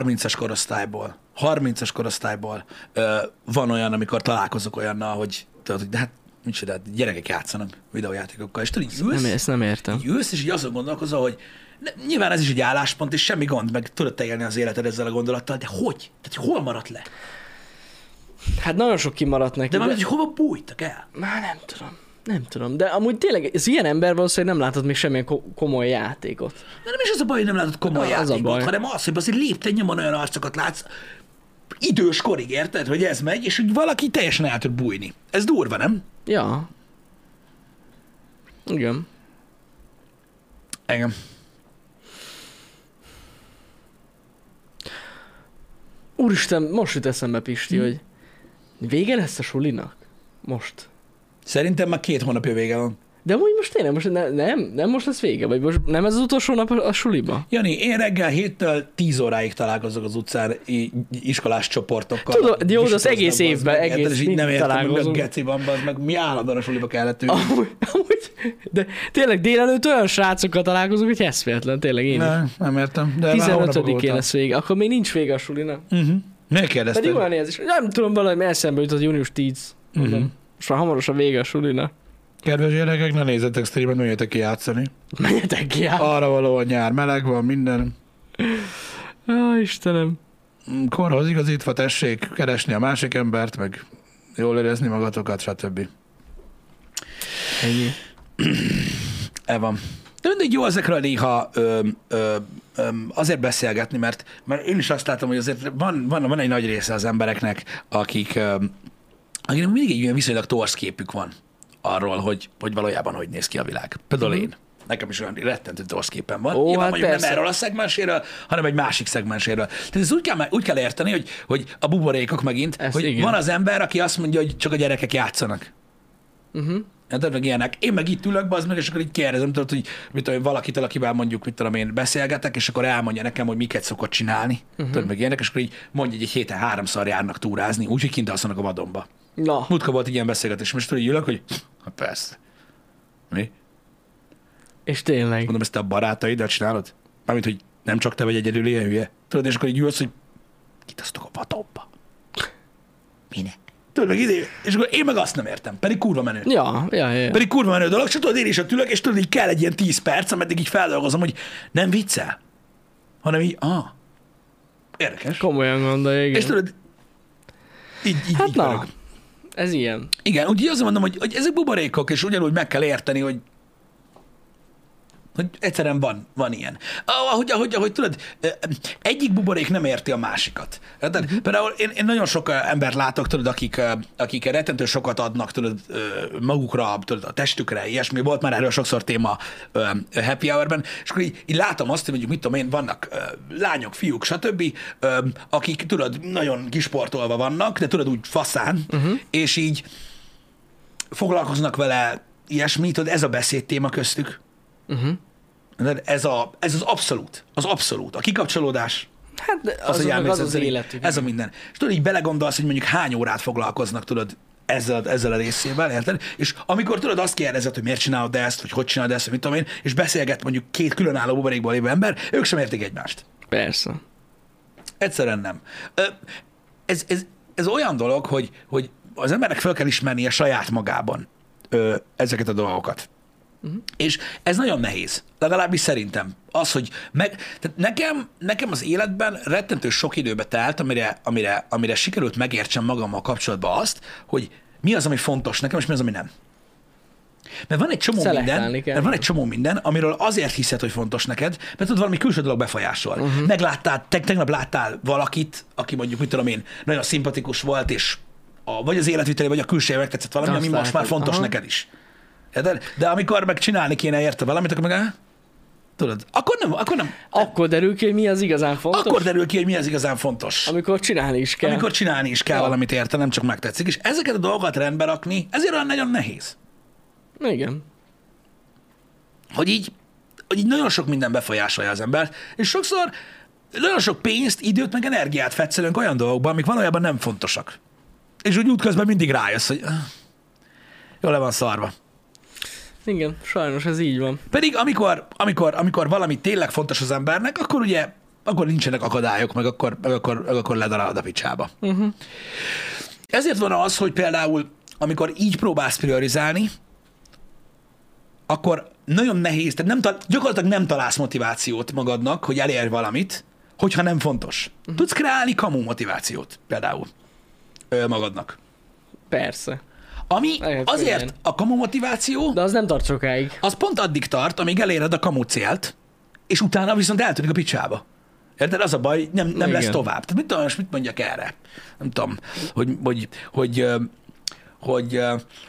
30-as korosztályból van olyan, amikor találkozok olyannal, hogy tudod, hogy de hát micsoda, gyerekek játszanak videójátékokkal, és tudod, így ülsz, ezt nem értem. Így ülsz, és így azon gondolkozol, hogy nyilván ez is egy álláspont, és semmi gond, meg tudod te élni az életed ezzel a gondolattal, de hogy? Tehát hol maradt le? Hát nagyon sok kimaradt neki. De már hogy hova bújtak el? Már nem tudom, de amúgy tényleg ez ilyen ember valószínűleg nem látott még semmilyen komoly játékot. De nem is az a baj, hogy nem látott komoly játékot, hanem az, hogy azért lépten nyomon olyan arcokat látsz, idős korig, érted, hogy ez megy, és hogy valaki teljesen el tud bújni. Ez durva, nem? Ja. Igen. Engem. Úristen, most jut eszembe, Pisti, hogy vége lesz a sulinak? Most. Szerintem már 2 hónapja vége van. De amúgy most tényleg, nem most lesz vége? Vagy most nem ez az utolsó nap a suliba? Jani, én reggel 7-től 10 óráig találkozok az utcán iskolás csoportokkal. Tudom, jó, de az egész évben, egész így nem értem, találkozunk. hogy a geci van, meg mi állandóan a suliba kellett ülni. Amúgy, de tényleg délelőtt olyan srácokkal találkozunk, hogy eszméletlen, tényleg én is. Nem értem. De 15-én lesz vége, akkor még nincs vége a sulinak. Miért kérdezted? Pedig olyan érzés, nem tudom, valami eszembe jutott június 10. Most már hamarosan vége a sulinak. Kedves gyerekek, ne nézzetek streamet, menjetek ki játszani. Menjetek ki játszani. Arra való a nyár, meleg van, minden. Istenem. Korhoz igazítva tessék keresni a másik embert, meg jól érezni magatokat, stb. Ennyi. Van. De mindig jó ezekről néha azért beszélgetni, mert én is azt látom, hogy azért van egy nagy része az embereknek, akiknek mindig egy olyan viszonylag torz képük van arról, hogy valójában hogy néz ki a világ. Például én. Nekem is olyan rettentő torz képen van. Nyilván mondjuk nem erről a szegmenséről, hanem egy másik szegmenséről. Tehát ez úgy kell érteni, hogy a buborékok megint, hogy igen. Van az ember, aki azt mondja, hogy csak a gyerekek játszanak. Tehát meg ilyenek. Én meg itt ülök, bazd meg, és akkor így kérdezem, tudod, hogy mit tudom, valakitől, akivel mondjuk, mit tudom én, beszélgetek, és akkor elmondja nekem, hogy miket szokott csinálni. Tudod, meg ilyenek, és akkor így mondja, hogy egy héten 3-szor járnak túrázni, úgyhogy kint alszanak a vadonba. Na. Múltkor volt egy ilyen beszélgetés, most tudod, így ülök, hogy hát persze. Mi? És tényleg. Mondom, ezt te a barátaiddal csinálod? Mármint, hogy nem csak te vagy egyedül ilyen hülye. Tudod, és akkor így ülsz, hogy kitasztok a vadonba. Minek? Tudod, meg idő, és akkor én meg azt nem értem, pedig kurva menő. Ja. Pedig kurva menő dolog, csak tudod, én is ott ülök, és tudod, így kell egy ilyen 10 perc, ameddig így feldolgozom, hogy nem viccel, hanem így, érdekes. Komolyan gondolja, igen. És tudod, így hát így na, pörög. ez ilyen. Igen, úgyhogy azt mondom, hogy ezek buborékok, és ugyanúgy meg kell érteni, hogy egyszerűen van ilyen. Ahogy tudod, egyik buborék nem érti a másikat. Például én nagyon sok embert látok, tudod, akik rettentő sokat adnak, tudod, magukra, tudod, a testükre, ilyesmi. Volt már erről sokszor téma Happy Hour-ben, és akkor így látom azt, hogy mondjuk, mit tudom én, vannak lányok, fiúk, stb., akik, tudod, nagyon kisportolva vannak, de tudod, úgy faszán, és így foglalkoznak vele ilyesmi, tudod, ez a beszédtéma köztük. Ez az abszolút. A kikapcsolódás, Hát az életük. ez a minden. És tudod, így belegondolsz, hogy mondjuk hány órát foglalkoznak, tudod, ezzel a részével, érted? És amikor tudod, azt kérdezed, hogy miért csinálod ezt, vagy hogy csinálod ezt, vagy mit tudom én, és beszélget mondjuk két különálló buborékból lévő ember, ők sem értik egymást. Persze. Egyszerűen nem. Ez olyan dolog, hogy az embernek fel kell ismernie saját magában ezeket a dolgokat. És ez nagyon nehéz. Legalábbis szerintem. Az, hogy tehát nekem az életben rettentő sok időbe telt, amire sikerült megértsem magammal kapcsolatban azt, hogy mi az, ami fontos nekem, és mi az, ami nem. Mert van egy csomó minden, amiről azért hiszed, hogy fontos neked, mert tudod, valami külső dolog befolyásol. Megláttál, tegnap láttál valakit, aki mondjuk, mit tudom én, nagyon szimpatikus volt, és vagy az életviteli, vagy a külsője megtetszett valami, ami most már fontos neked is. De amikor meg csinálni kéne érte valamit, akkor meg tudod, akkor nem. Akkor derül ki, hogy mi az igazán fontos. Akkor derül ki, hogy mi az igazán fontos. Amikor csinálni is kell. Valamit érte, nem csak megtetszik. És ezeket a dolgokat rendbe rakni, ezért olyan nagyon nehéz. Igen. Hogy így nagyon sok minden befolyásolja az embert, és sokszor nagyon sok pénzt, időt, meg energiát fetszelünk olyan dolgokban, amik valójában nem fontosak. És úgy útközben mindig rájössz, hogy jól le van szarva. Igen, sajnos ez így van. Pedig amikor valami tényleg fontos az embernek, akkor nincsenek akadályok, meg akkor ledarálod a picsába. Ezért van az, hogy például, amikor így próbálsz priorizálni, akkor nagyon nehéz, tehát gyakorlatilag nem találsz motivációt magadnak, hogy elérj valamit, hogyha nem fontos. Tudsz kreálni kamu motivációt például magadnak. Persze. Ami azért igen. a kamu motiváció... De az nem tart sokáig. Az pont addig tart, amíg eléred a kamu célt, és utána viszont eltűnik a picsába. Érted? Az a baj, nem lesz tovább. Tehát mit tudom, most mit mondjak erre? Nem tudom, hogy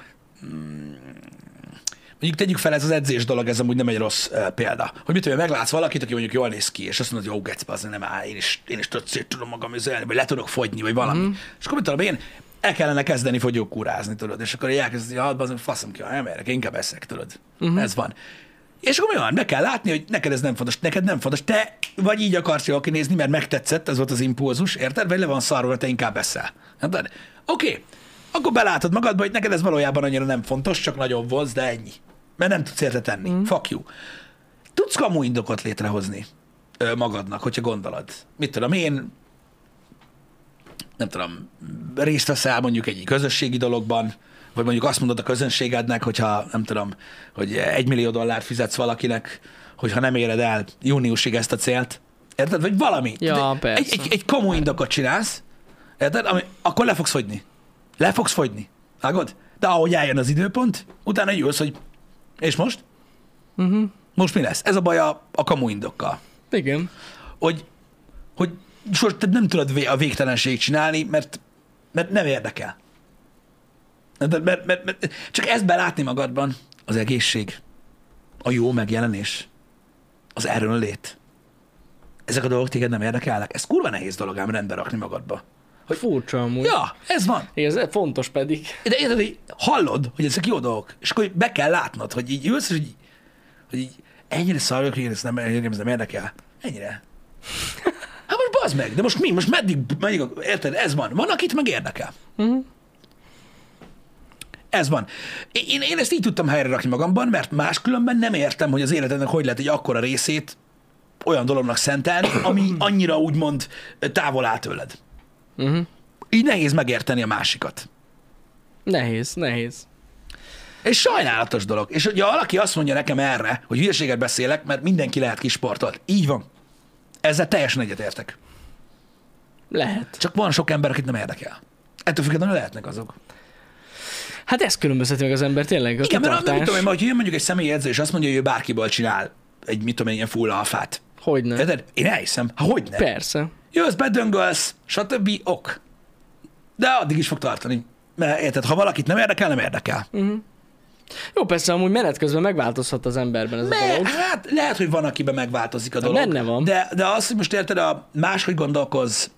mondjuk tegyük fel, ez az edzés dolog, ez amúgy nem egy rossz példa. Hogy mit tudom, meglátsz valakit, aki mondjuk jól néz ki, és azt mondod, hogy jó, gecbe, az nem áll, én is szét tudom magam üzelni, vagy le tudok fogyni, vagy valami. És akkor mit tudom, én el kellene kezdeni fogyókúrázni, tudod, és akkor elkezdeni, hogy az faszom ki, nem érek, inkább eszek, tudod. Ez van. És akkor mi van? Be kell látni, hogy neked ez nem fontos, neked nem fontos. Te vagy így akarsz jól kinézni, mert megtetszett, ez volt az impulzus, érted? Vagy le van szarról, te inkább eszel. Oké. Akkor belátod magadba, hogy neked ez valójában annyira nem fontos, csak nagyon vonz, de ennyi. Mert nem tudsz érte tenni. Fuck you. Tudsz kamu indokot létrehozni magadnak, hogyha gondolod. Mit tudom én, nem tudom, részt veszel mondjuk egy közösségi dologban, vagy mondjuk azt mondod a közönségednek, hogyha nem tudom, hogy $1 millió fizetsz valakinek, hogyha nem éred el júniusig ezt a célt. Érted? Vagy valami. Ja, egy kamu indokot csinálsz, érted? Akkor le fogsz fogyni. Le fogsz fogyni. Vágod? De ahogy eljön az időpont, utána jössz, hogy és most? Most mi lesz? Ez a baj a kamu indokkal. Igen. Hogy te nem tudod a végtelenség csinálni, mert nem érdekel. Mert csak ezt belátni magadban, az egészség, a jó megjelenés, az erőnlét. Ezek a dolgok téged nem érdekelnek. Ez kurva nehéz dolog ám rendbe rakni magadba. Hogy furcsa amúgy. Ja, ez van. Igen, ez fontos pedig. De érted, hogy hallod, hogy ezek jó dolgok, és akkor be kell látnod, hogy így ülsz, hogy így ennyire szarjak, hogy ez nem érdekel. Ennyire. Hát most bazd meg, de most mi? Most meddig, érted? Ez van. Van, akit meg érdekel. Ez van. Én ezt így tudtam helyre rakni magamban, mert máskülönben nem értem, hogy az életednek hogy lehet egy akkora részét olyan dolognak szentelni, ami annyira úgymond távol áll tőled. Így nehéz megérteni a másikat. Nehéz. És sajnálatos dolog. És hogyha valaki azt mondja nekem erre, hogy hülyeséget beszélek, mert mindenki lehet kisportolt. Így van. Ezzel teljesen egyetértek. Lehet. Csak van sok ember, akit nem érdekel. Ettől függetlenül lehetnek azok. Hát ez különbözteti meg az ember tényleg. Igen, mert nem tudom, hogy jön mondjuk egy személyi edző, és azt mondja, hogy ő bárkiből csinál egy, mit tudom én, ilyen full alfát. Hogyne. Érted? Én elhiszem. Hogyne. Persze. Jössz, bedöngölsz, stb. Ok. De addig is fog tartani. Mert érted, ha valakit nem érdekel, nem érdekel. Jó, persze, amúgy menet közben megváltozhat az emberben ez a dolog. Hát lehet, hogy van, akiben megváltozik a dolog. Benne van. De az, hogy most érted, máshogy gondolkozz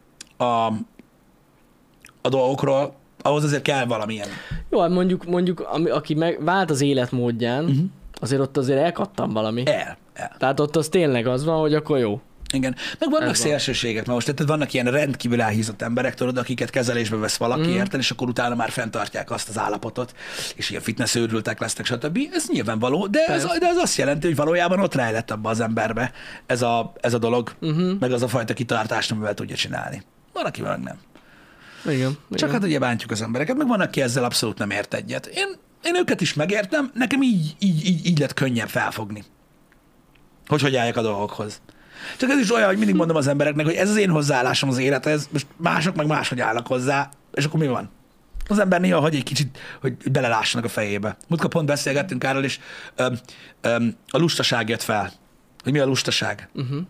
a dolgokról, ahhoz azért kell valamilyen. Jó, hát mondjuk aki vált az életmódján, azért ott azért elkattam valami. El. Tehát ott az tényleg az van, hogy akkor jó. Igen. Meg vannak Ez van. szélsőségek, mert most tehát vannak ilyen rendkívül elhízott emberek, tudod, akiket kezelésbe vesz valaki, érted, és akkor utána már fenntartják azt az állapotot, és ilyen fitness őrültek lesznek, stb. Ez nyilvánvaló, de ez azt jelenti, hogy valójában ott rejlett abba az emberbe ez a dolog, meg az a fajta kitartást, amivel tudja csinálni. Van, aki meg nem. Igen. Csak hát ugye bántjuk az embereket, meg van, aki ezzel abszolút nem ért egyet. Én őket is megértem, nekem így lett könnyebb felfogni, hogy álljak a dolgokhoz. Csak ez is olyan, hogy mindig mondom az embereknek, hogy ez az én hozzáállásom az élethez, most mások meg máshogy állnak hozzá, és akkor mi van? Az ember néha hagy egy kicsit, hogy belelássanak a fejébe. Múltkor pont beszélgettünk Kárral, és a lustaság jött fel. Hogy mi a lustaság?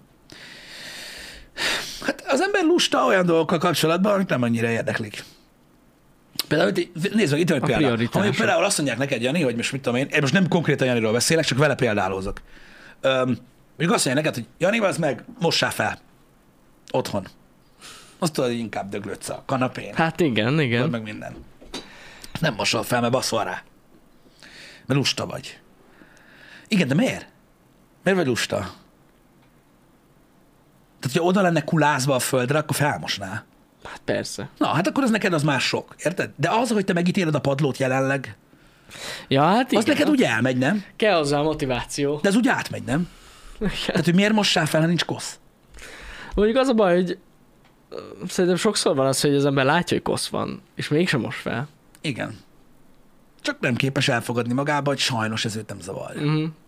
Hát az ember lusta olyan dolgokkal kapcsolatban, amik nem annyira érdeklik. Például, nézd meg, itt van egy példa. Ha mondjuk például azt mondják neked, Jani, hogy most mit tudom én most nem konkrétan Janiról beszélek, csak vele példálózok. Mondjuk azt mondják neked, hogy Jani, az meg mossál fel. Otthon. Azt tudod, hogy inkább döglődsz a kanapén. Hát igen. Tudod meg minden. Nem mosol fel, mert baszol rá. Mert lusta vagy. Igen, de miért? Miért vagy lusta? Tehát, ha oda lenne kulázva a földre, akkor felmosná. Hát persze. Na, hát akkor az neked az már sok, érted? De az, hogy te megítéled a padlót jelenleg, Ja, hát igen. az neked úgy elmegy, nem? Kell hozzá a motiváció. De ez úgy átmegy, nem? Tehát, hogy miért mossál fel, ha nincs kosz? Mondjuk az a baj, hogy szerintem sokszor van az, hogy az ember látja, hogy kosz van, és mégsem most fel. Igen. Csak nem képes elfogadni magába, hogy sajnos ez őt nem zavarja.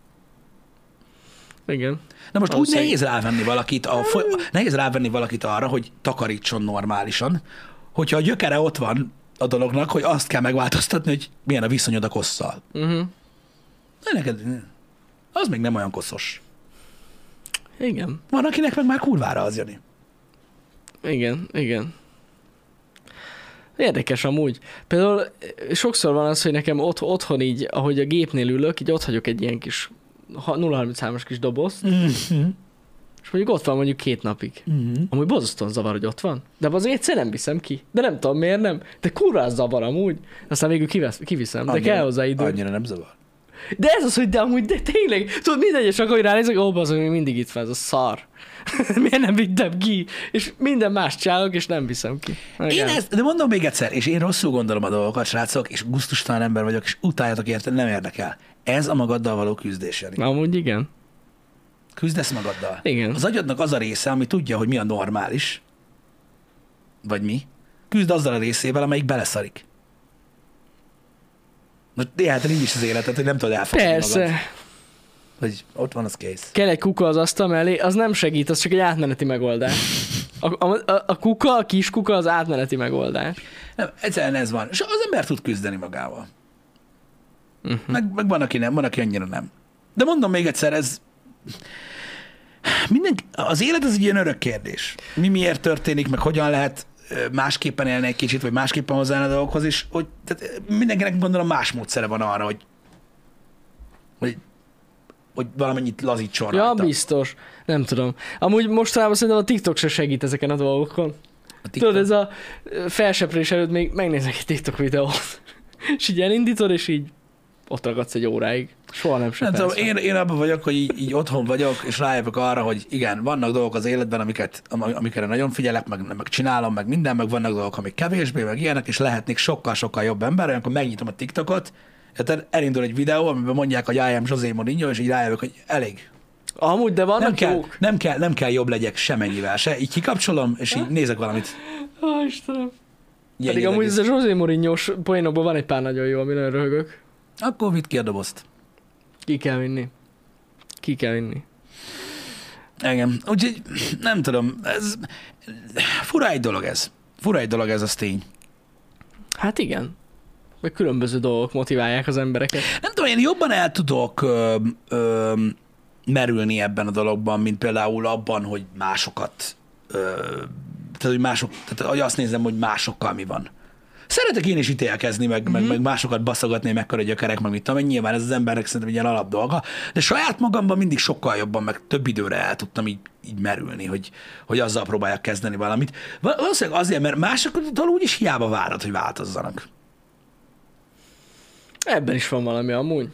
Igen. Na most úgy nehéz rávenni valakit, nehéz rávenni valakit arra, hogy takarítson normálisan, hogyha a gyökere ott van a dolognak, hogy azt kell megváltoztatni, hogy milyen a viszonyod a kosszal. De neked, az még nem olyan koszos. Igen. Van, akinek meg már kurvára az, Jani. Igen. Érdekes amúgy. Például sokszor van az, hogy nekem otthon így, ahogy a gépnél ülök, így ott hagyok egy ilyen kis 033-as kis dobozt, és mondjuk ott van mondjuk 2 napig. Amúgy borzasztóan zavar, hogy ott van. De azért egyszer nem viszem ki. De nem tudom miért nem. De kurva zavar amúgy. Aztán végül kiviszem. De kell hozzá idő. Annyira nem zavar. De ez az, hogy de amúgy, de tényleg, tudod, minden egyes akkor ránézek, az még mindig itt van, ez a szar. Miért nem vittem ki? És minden más csinálok, és nem viszem ki. De mondom még egyszer, és én rosszul gondolom a dolgokat, srácok, és gusztustalan ember vagyok, és utáljatok érte, nem érdekel. Ez a magaddal való küzdés, Jani. Amúgy igen. Küzdesz magaddal. Igen. Az agyadnak az a része, ami tudja, hogy mi a normális, vagy mi, küzd azzal a részével, amelyik beleszarik. Most élheted így is az életet, hogy nem tudod elfogadni Persze. magad. Hogy ott van az kész. Kell egy kuka az asztal mellé, az nem segít, az csak egy átmeneti megoldás. A kuka, a kis kuka az átmeneti megoldás. Nem, egyszerűen ez van. És az ember tud küzdeni magával. Meg van, aki nem, van, aki annyira nem. De mondom még egyszer, ez... Az élet az egy ilyen örök kérdés. Mi miért történik, meg hogyan lehet másképpen élni egy kicsit, vagy másképpen hozzáállni a dolgokhoz is, hogy tehát mindenkinek gondolom más módszere van arra, hogy valamennyit lazítson Ja, rajta. biztos. Nem tudom. Amúgy mostanában szerintem a TikTok se segít ezeken a dolgokon. Tudod, ez a felseprés előtt még megnézek egy TikTok videót, és így elindítod, és így ott ragadsz egy óráig. Soha nem Nem tudom, én abban vagyok, hogy így otthon vagyok, és rájövök arra, hogy igen, vannak dolgok az életben, amikre nagyon figyelek, meg csinálom, meg minden, meg vannak dolgok, amik kevésbé, meg ilyenek, és lehetnék sokkal-sokkal jobb ember, amikor megnyitom a TikTokot, tehát elindul egy videó, amiben mondják, hogy I am José Mourinho, és így rájövök, hogy elég. Amúgy, de vannak jók. Nem kell jobb legyek semennyivel se. Így kikapcsolom, és így nézek valamit. Ó, Istenem. Pedig amúgy ez a José Mourinho-s poénokban van egy pár nagyon jó, amire röhögök. Akkor vidd ki a dobozt. Ki kell vinni. Igen. Úgyhogy nem tudom, ez fura egy dolog ez, az tény. Hát igen. Meg különböző dolgok motiválják az embereket. Nem tudom, én jobban el tudok merülni ebben a dologban, mint például abban, hogy másokat, tehát hogy azt nézem, hogy másokkal mi van. Szeretek én is ítélkezni, meg másokat baszogatni, mekkora gyökerek, meg mit tudom, nyilván ez az embernek szerintem egy ilyen alapdolga, de saját magamban mindig sokkal jobban, meg több időre el tudtam így merülni, hogy azzal próbáljak kezdeni valamit. Valószínűleg azért, mert másoktól úgyis hiába várod, hogy változzanak. Ebben is van valami amúgy.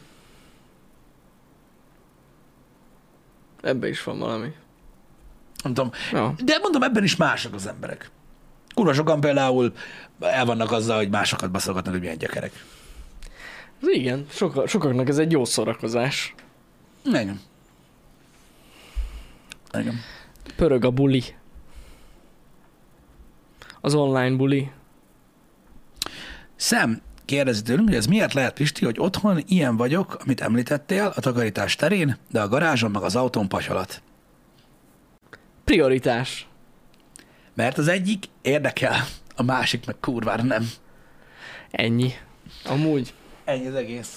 Nem tudom. Ja. De mondom, ebben is mások az emberek. Kurva sokan például el vannak azzal, hogy másokat baszogatnak, hogy milyen gyökerek. Igen, sokaknak ez egy jó szórakozás. Igen. Igen. Pörög a buli. Az online buli. Szem kérdezi tőlünk, hogy ez miért lehet, Pisti, hogy otthon ilyen vagyok, amit említettél a takarítás terén, de a garázson meg az autón pasyolat. Prioritás. Mert az egyik érdekel, a másik meg kurvára nem. Ennyi. Amúgy. Ennyi az egész.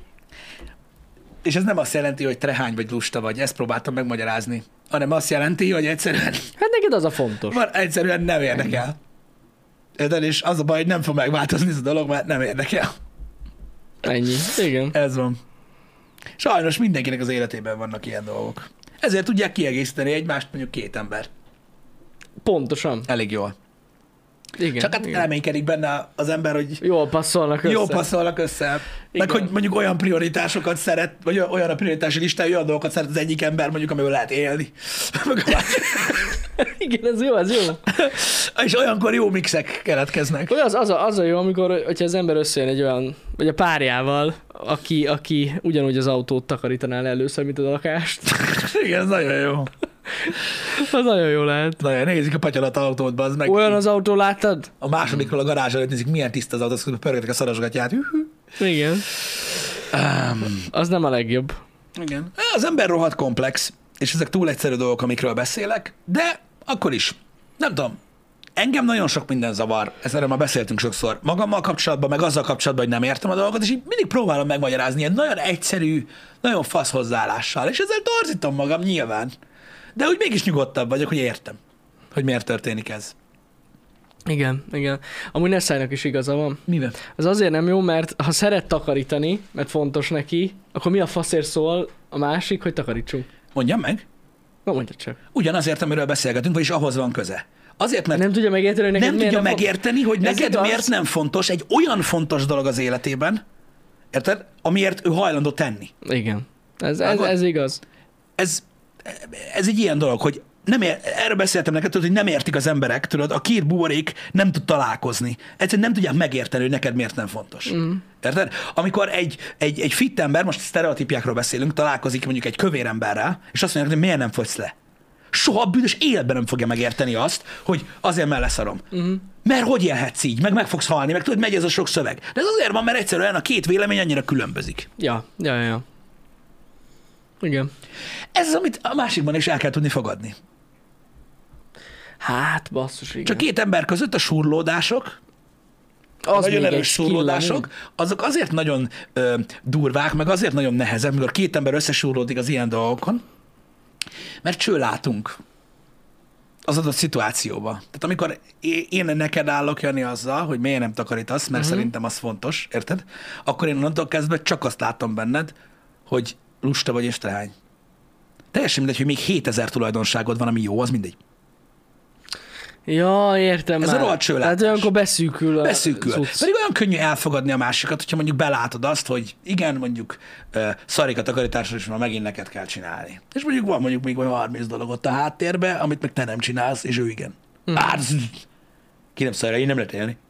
És ez nem azt jelenti, hogy trehány vagy lusta vagy, ezt próbáltam megmagyarázni, hanem azt jelenti, hogy egyszerűen, Hát neked az a fontos. egyszerűen nem érdekel. Érted? És az a baj, hogy nem fog megváltozni ez a dolog, mert nem érdekel. Ennyi. Igen. Ez van. Sajnos mindenkinek az életében vannak ilyen dolgok. Ezért tudják kiegészíteni egymást mondjuk két ember. Pontosan. Elég jól. Igen. Csak hát igen. reménykedik benne az ember, hogy Jól passzolnak össze. jól passzolnak össze. Meg Igen. hogy mondjuk olyan prioritásokat szeret, vagy olyan a prioritási listája, olyan dolgokat szeret az egyik ember, mondjuk amiből lehet élni. Meg a másik. Igen, ez jó, ez jó. És olyankor jó mixek keletkeznek. Olyan az a jó, amikor hogyha az ember összejön egy olyan, vagy a párjával, aki ugyanúgy az autót takarítaná le először, mint a lakást. Igen, ez nagyon jó. Az nagyon jó lehet. Nagyon nézik a patyalat autót, az meg. Olyan az autó, láttad? A másodikról a garázs előtt nézik, milyen tiszta az autó, azt pörgetik a szarosgatját. Igen. Az nem a legjobb. Igen. Az ember rohadt komplex, és ezek túl egyszerű dolgok, amikről beszélek, de akkor is. Nem tudom. Engem nagyon sok minden zavar, erről már beszéltünk sokszor, magammal kapcsolatban, meg azzal kapcsolatban, hogy nem értem a dolgot, és így mindig próbálom megmagyarázni ilyen nagyon egyszerű, nagyon fasz hozzáállással, és ezzel torzítom magam nyilván. De úgy mégis nyugodtabb vagyok, hogy értem, hogy miért történik ez. Igen, igen. Amúgy Nessájnak is igaza van. Mivel? Ez azért nem jó, mert ha szeret takarítani, mert fontos neki, akkor mi a faszért szól a másik, hogy takarítsunk? Mondjam meg. Na mondja csak. Ugyanazért, amiről beszélgetünk, vagyis ahhoz van köze. Azért, mert Nem tudja megérteni, hogy neked nem miért tudja fog- megérteni, hogy Neked neked az- miért nem fontos egy olyan fontos dolog az életében, érted? Amiért ő hajlandó tenni. Igen. Ez Vágod? igaz. Ez egy ilyen dolog, hogy erről beszéltem neked, tudod, hogy nem értik az emberek, tudod, a két buborék nem tud találkozni. Egyszerűen nem tudják megérteni, hogy neked miért nem fontos. Érted? Amikor egy fit ember, most sztereotípiákról beszélünk, találkozik mondjuk egy kövér emberrel, és azt mondja, hogy miért nem fogysz le? Soha a büdös életben nem fogja megérteni azt, hogy azért mert leszarom. Mert hogy élhetsz így, meg fogsz halni, meg tudod, megy ez a sok szöveg. De ez azért van, mert egyszerűen a két vélemény annyira különbözik. Ja. Igen. Ez az, amit a másikban is el kell tudni fogadni. Hát, basszus, igen. Csak két ember között a surlódások, az nagyon még erős egy skill, surlódások, amúgy. azok azért nagyon durvák, meg azért nagyon nehezek, mikor két ember összesurlódik az ilyen dolgokon, mert csőlátunk az adott szituációba. Tehát amikor én neked állok, Jani, azzal, hogy miért nem takarítasz, mert szerintem az fontos, érted? Akkor én onnantól kezdve csak azt látom benned, hogy lusta vagy és trehány. Teljesen mindegy, hogy még 7000 tulajdonságod van, ami jó, az mindegy. Ja, értem Ez már. a rohadt csőlátás. Tehát olyankor beszűkül a Beszűkül. cucc. Pedig olyan könnyű elfogadni a másikat, hogyha mondjuk belátod azt, hogy igen, mondjuk szarik a takarításra, és már megint neked kell csinálni. És mondjuk van mondjuk még olyan 30 dolog ott a háttérben, amit meg te nem csinálsz, és ő igen. Ki nem szarja, én nem lehet élni.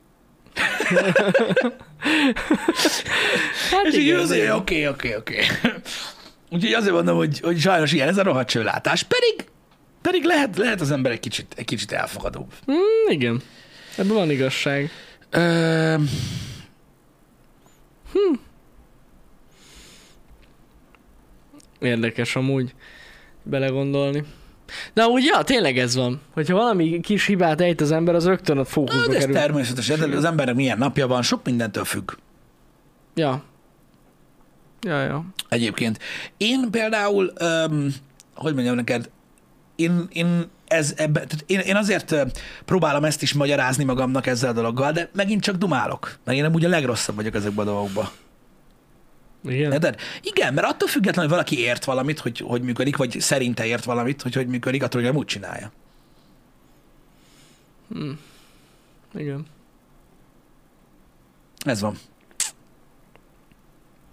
Hát És így igen, azért, oké. Úgyhogy azért mondom, hogy sajnos ilyen ez a rohadt csőlátás. Pedig lehet az ember egy kicsit elfogadóbb. Igen. Ebben van igazság. Érdekes amúgy belegondolni. De úgy, ja, tényleg ez van. Hogyha valami kis hibát ejt az ember, az rögtön ott fókuszba De ez kerül. természetes, de az embernek milyen napja van, sok mindentől függ. Ja. Egyébként. Én például, hogy mondjam neked, én azért próbálom ezt is magyarázni magamnak ezzel a dologgal, de megint csak dumálok. Mert én amúgy a legrosszabb vagyok ezekben a dolgokban. Igen. Érted? Igen, mert attól függetlenül, hogy valaki ért valamit, hogy működik, vagy szerinte ért valamit, hogy működik, attól, hogy nem úgy csinálja. Igen. Ez van.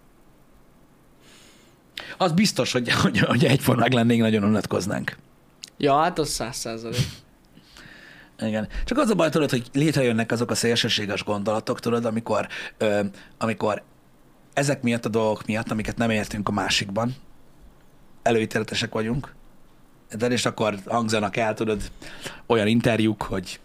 Az biztos, hogy egyformák lennénk, nagyon unatkoznánk. Ja, hát az 100%. Igen. Csak az a baj, tudod, hogy létrejönnek azok a szélsőséges gondolatok, tudod, amikor ezek miatt a dolgok miatt, amiket nem értünk a másikban, előítéletesek vagyunk, de és akkor hangzanak el, tudod, olyan interjúk, hogy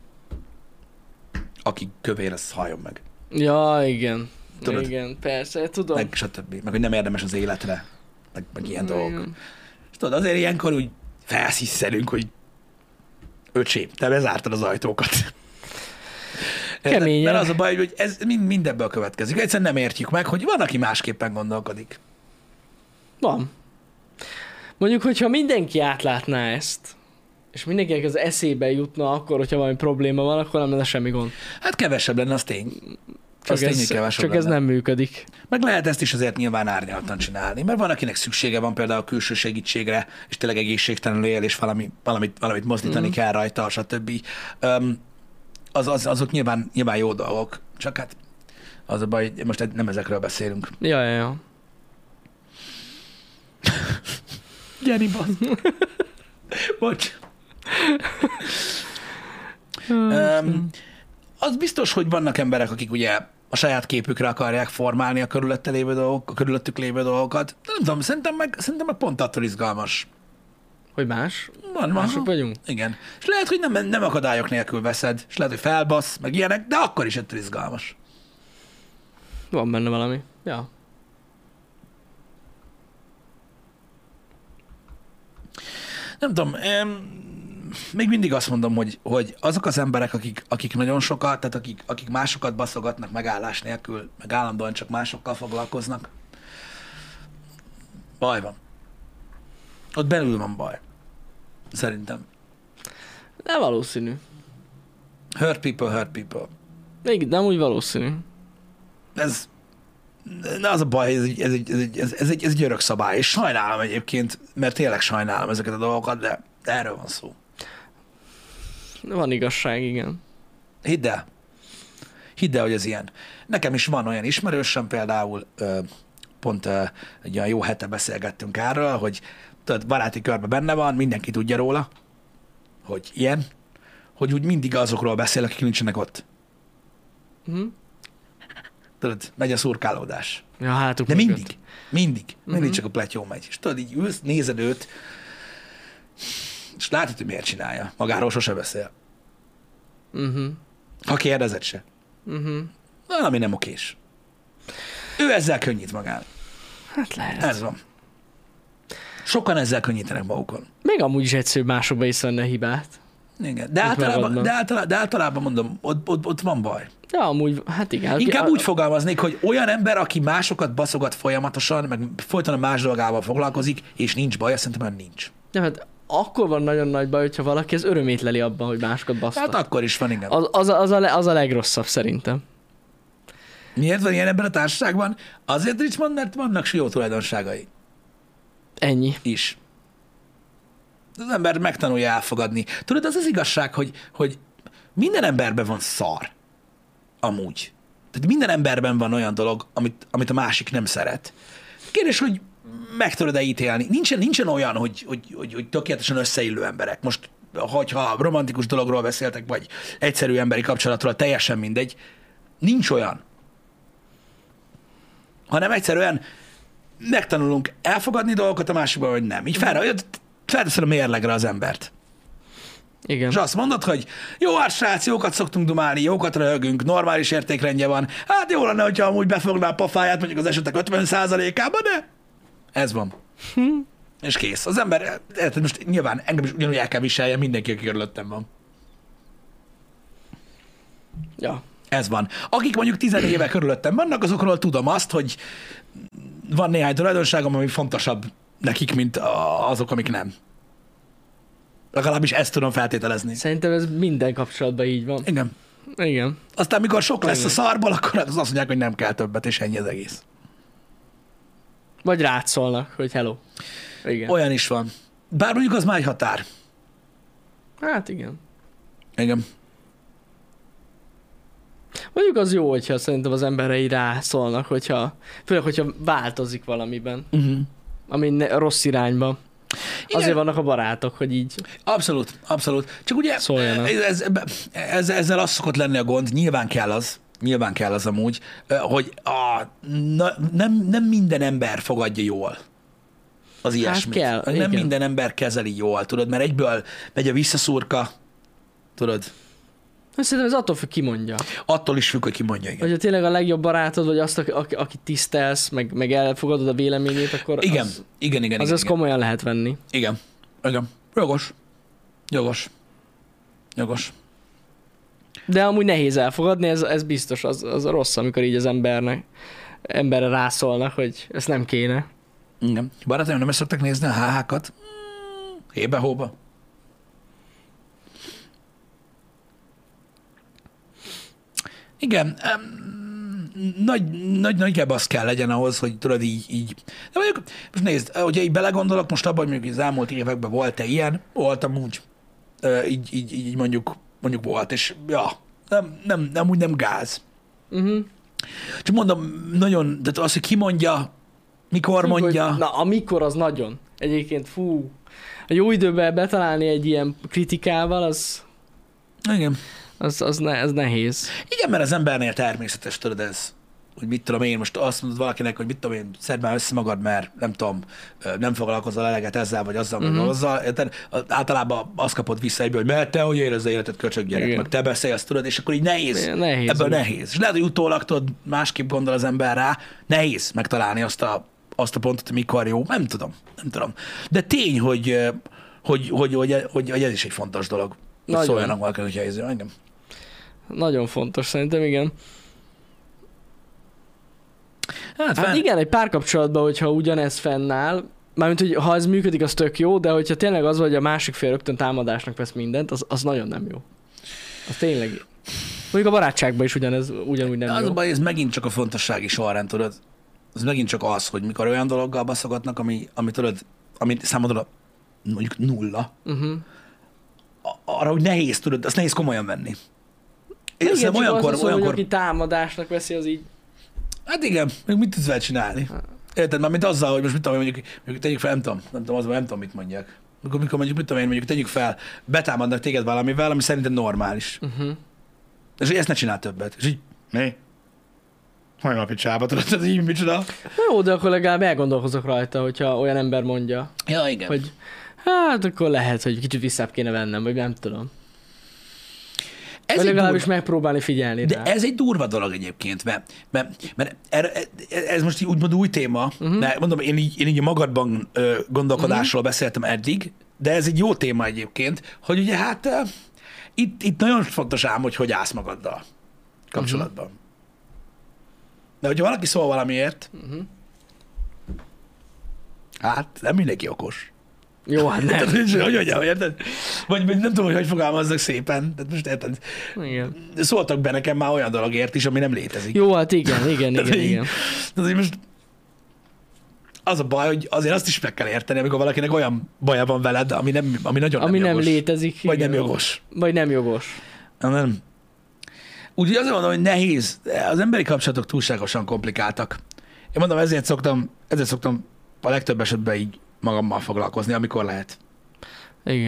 aki kövér, az halljon meg. Ja, igen. Tudod? Igen, persze, tudom. Meg stb. Meg hogy nem érdemes az életre, meg ilyen dolgok. Igen. És tudod, azért ilyenkor úgy felszisszelünk, hogy öcsém, te bezártad az ajtókat. Keményen. Mert az a baj, hogy ez mind ebből következik. Egyszerűen nem értjük meg, hogy van, aki másképpen gondolkodik. Van. Mondjuk, hogyha mindenki átlátná ezt, és mindenkinek az eszébe jutna akkor, hogyha valami probléma van, akkor nem lenne semmi gond. Hát kevesebb lenne, az tény. Az tény, hogy kevesebb csak ez lenne. nem működik. Meg lehet ezt is azért nyilván árnyaltan csinálni, mert van, akinek szüksége van például külső segítségre, és tényleg egészségtelenül él, és valamit mozdítani kell rajta, stb. Azok nyilván jó dolgok, csak hát az a baj, most nem ezekről beszélünk. Ja. Gyeri, Bocs. Az biztos, hogy vannak emberek, akik ugye a saját képükre akarják formálni a körülöttük lévő dolgokat. De nem tudom, szerintem meg pont attól izgalmas. Hogy más? Mások vagyunk? Igen. És lehet, hogy nem akadályok nélkül veszed, és lehet, hogy felbasz, meg ilyenek, de akkor is ettől izgalmas. Van benne valami. Ja. Nem tudom, még mindig azt mondom, hogy azok az emberek, akik nagyon sokat, tehát akik másokat baszogatnak megállás nélkül, meg állandóan csak másokkal foglalkoznak, baj van. Ott belül van baj. Szerintem. Nem valószínű. Hurt people. Még nem úgy valószínű. De az a baj, ez egy örök szabály, és sajnálom egyébként, mert tényleg sajnálom ezeket a dolgokat, de erről van szó. Van igazság, igen. Hidd el, hogy ez ilyen. Nekem is van olyan ismerősöm például, pont egy olyan jó hete beszélgettünk erről, hogy tudod, baráti körben benne van, mindenki tudja róla, hogy ilyen, hogy úgy mindig azokról beszél, akik nincsenek ott. Tudod, megy a szurkálódás. Ja, hátuk de mögött. mindig csak a pletyó megy. És tudod, így ülsz, nézed őt, és látod, hogy miért csinálja. Magáról sose beszél. Ha kérdezed se. Valami nem okés. Ő ezzel könnyít magán. Hát lehet. Ez van. Sokan ezzel könnyítenek magukon. Még amúgy is egyszerűbb másokba észrevenni a hibát. Igen. De általában mondom, ott van baj. Ja, amúgy, hát igen. Inkább úgy fogalmaznék, hogy olyan ember, aki másokat baszogat folyamatosan, meg folyton a más dolgával foglalkozik, és nincs baj, szerintem már nincs. Nem, hát akkor van nagyon nagy baj, hogyha valaki az örömét leli abban, hogy másokat basztat. Hát akkor is van, igen. Az a legrosszabb szerintem. Miért van ilyen ebben a társaságban? Azért, Richmond, mert vannak jó tulajdonságai. Ennyi. Is. Az ember megtanulja elfogadni. Tudod, az igazság, hogy minden emberben van szar. Amúgy. Tehát minden emberben van olyan dolog, amit a másik nem szeret. Kérdés, hogy meg tudod-e ítélni? Nincsen olyan, hogy tökéletesen összeillő emberek. Most, hogyha romantikus dologról beszéltek, vagy egyszerű emberi kapcsolatról, teljesen mindegy. Nincs olyan. Hanem egyszerűen megtanulunk elfogadni dolgokat a másikban, vagy nem. Így felteszed a mérlegre az embert. Igen. És azt mondod, hogy jó, hát srác, jókat szoktunk dumálni, jókat röhögünk, normális értékrendje van. Hát jó lenne, hogyha amúgy befogná a pofáját mondjuk az esetek 50%-ába, de ez van. És kész. Az ember, most nyilván engem is ugyanúgy el kell viselje mindenki, aki körülöttem van. Ja. Ez van. Akik mondjuk 10 éve körülöttem vannak, azokról tudom azt, hogy van néhány tulajdonságom, ami fontosabb nekik, mint azok, amik nem. Legalábbis ezt tudom feltételezni. Szerintem ez minden kapcsolatban így van. Igen. Igen. Aztán, mikor sok lesz a szarból, akkor azt mondják, hogy nem kell többet, és ennyi az egész. Vagy rád szólnak, hogy hello. Igen. Olyan is van. Bár mondjuk az már egy határ. Hát igen. Igen. Mondjuk az jó, hogyha szerintem az emberei rászólnak, főleg, hogyha változik valamiben. Ami rossz irányba. Azért vannak a barátok, hogy így Abszolút, abszolút. Csak ugye szóljanak. ezzel az szokott lenni a gond, nyilván kell az amúgy, hogy nem minden ember fogadja jól az ilyesmit. kell, Nem igen. minden ember kezeli jól, tudod, mert egyből megy a visszaszurka, tudod, Szerintem ez attól függ, ki mondja. attól is függ, hogy ki mondja, igen. Hogyha tényleg a legjobb barátod, vagy azt, akit tisztelsz, meg elfogadod a véleményét, akkor Igen, az, igen. az komolyan lehet venni. Igen. Jogos. De amúgy nehéz elfogadni, ez biztos, az rossz, amikor így az emberre rászólnak, hogy ezt nem kéne. Igen. Barátaim, nem ezt szoktak nézni a HH-kat? Hébe-hóba. Igen, nagy gebasz kell legyen ahhoz, hogy tudod így. De mondjuk, most nézd, hogyha így belegondolok most abban, hogy mondjuk az elmúlt években volt-e ilyen, voltam úgy, így mondjuk volt, és ja, amúgy nem gáz. Uh-huh. Csak mondom, nagyon, de az, hogy ki mondja, mikor mondja. Hogy, na, amikor az nagyon. Egyébként, a jó időben betalálni egy ilyen kritikával, Igen. az nehéz. Igen, mert az embernél természetes, tudod ez, hogy mit tudom én, most azt mondod valakinek, hogy mit tudom én, szedd már össze magad, mert nem tudom, nem foglalkozol eleget ezzel, vagy azzal, vagy azzal. Általában azt kapod vissza egyből, hogy mert te hogy érezd az életed, köcsög gyerek, Igen. meg te beszélsz, tudod, és akkor így nehéz. Ebből úgy. nehéz. És lehet, hogy utólag tudod, másképp gondol az ember rá, nehéz megtalálni azt a pontot, hogy mikor jó. Nem tudom. De tény, hogy ez is egy fontos dolog. Hogy Nagyon. szóljanak valaki, hogyha ez engem. Nagyon fontos szerintem, igen. Hát Igen, egy párkapcsolatban, hogyha ugyanez fennáll, mármint, hogy ha ez működik, az tök jó, de hogyha tényleg az, hogy a másik fél rögtön támadásnak vesz mindent, az nagyon nem jó. Az tényleg. Mondjuk a barátságban is ugyanúgy nem az jó. a baj, ez megint csak a fontossági sorrend, tudod. Ez megint csak az, hogy mikor olyan dologgal baszogatnak, ami tudod, ami számodra mondjuk nulla, arra, hogy nehéz, tudod, azt nehéz komolyan venni. Igen, csak olyankor, az, hogy aki támadásnak veszi, az így. Hát igen, még mit tudsz vele csinálni? Érted? Már mint azzal, hogy most mit tudom én, mondjuk tegyük fel, nem tudom, mit mondják. Mikor mondjuk, mit tudom én, mondjuk tegyük fel, betámadnak téged valamivel, ami szerintem normális. És hogy ezt ne csinál többet. És így, mi? Hogy a picsába, tudod, ez így micsoda? Jó, de akkor legalább elgondolkozok rajta, hogyha olyan ember mondja, Ja, igen. hogy hát akkor lehet, hogy kicsit visszább kéne vennem, vagy nem tudom. Vagy legalábbis megpróbálni figyelni De rá. ez egy durva dolog egyébként, mert ez most úgymond új téma, mert mondom, én így a magadban gondolkodásról beszéltem eddig, de ez egy jó téma egyébként, hogy ugye hát itt nagyon fontos ám, hogy állsz magaddal kapcsolatban. De hogyha valaki szól valamiért, hát nem mindenki okos. Jó, hát nem. Hogy mondjam, érted? Vagy nem tudom, hogy fogalmazzak szépen. Tehát most érted? Igen. Szóltak be nekem már olyan dologért is, ami nem létezik. Jó, hát igen. Tehát most az a baj, hogy azért azt is meg kell érteni, amikor valakinek olyan baja van veled, ami nagyon Ami nem nem jogos. létezik. Vagy igen. nem jogos. Vagy nem jogos. Nem. Úgyhogy azért mondom, hogy nehéz. Az emberi kapcsolatok túlságosan komplikáltak. Én mondom, ezért szoktam a legtöbb esetben így magammal foglalkozni, amikor lehet. Igen.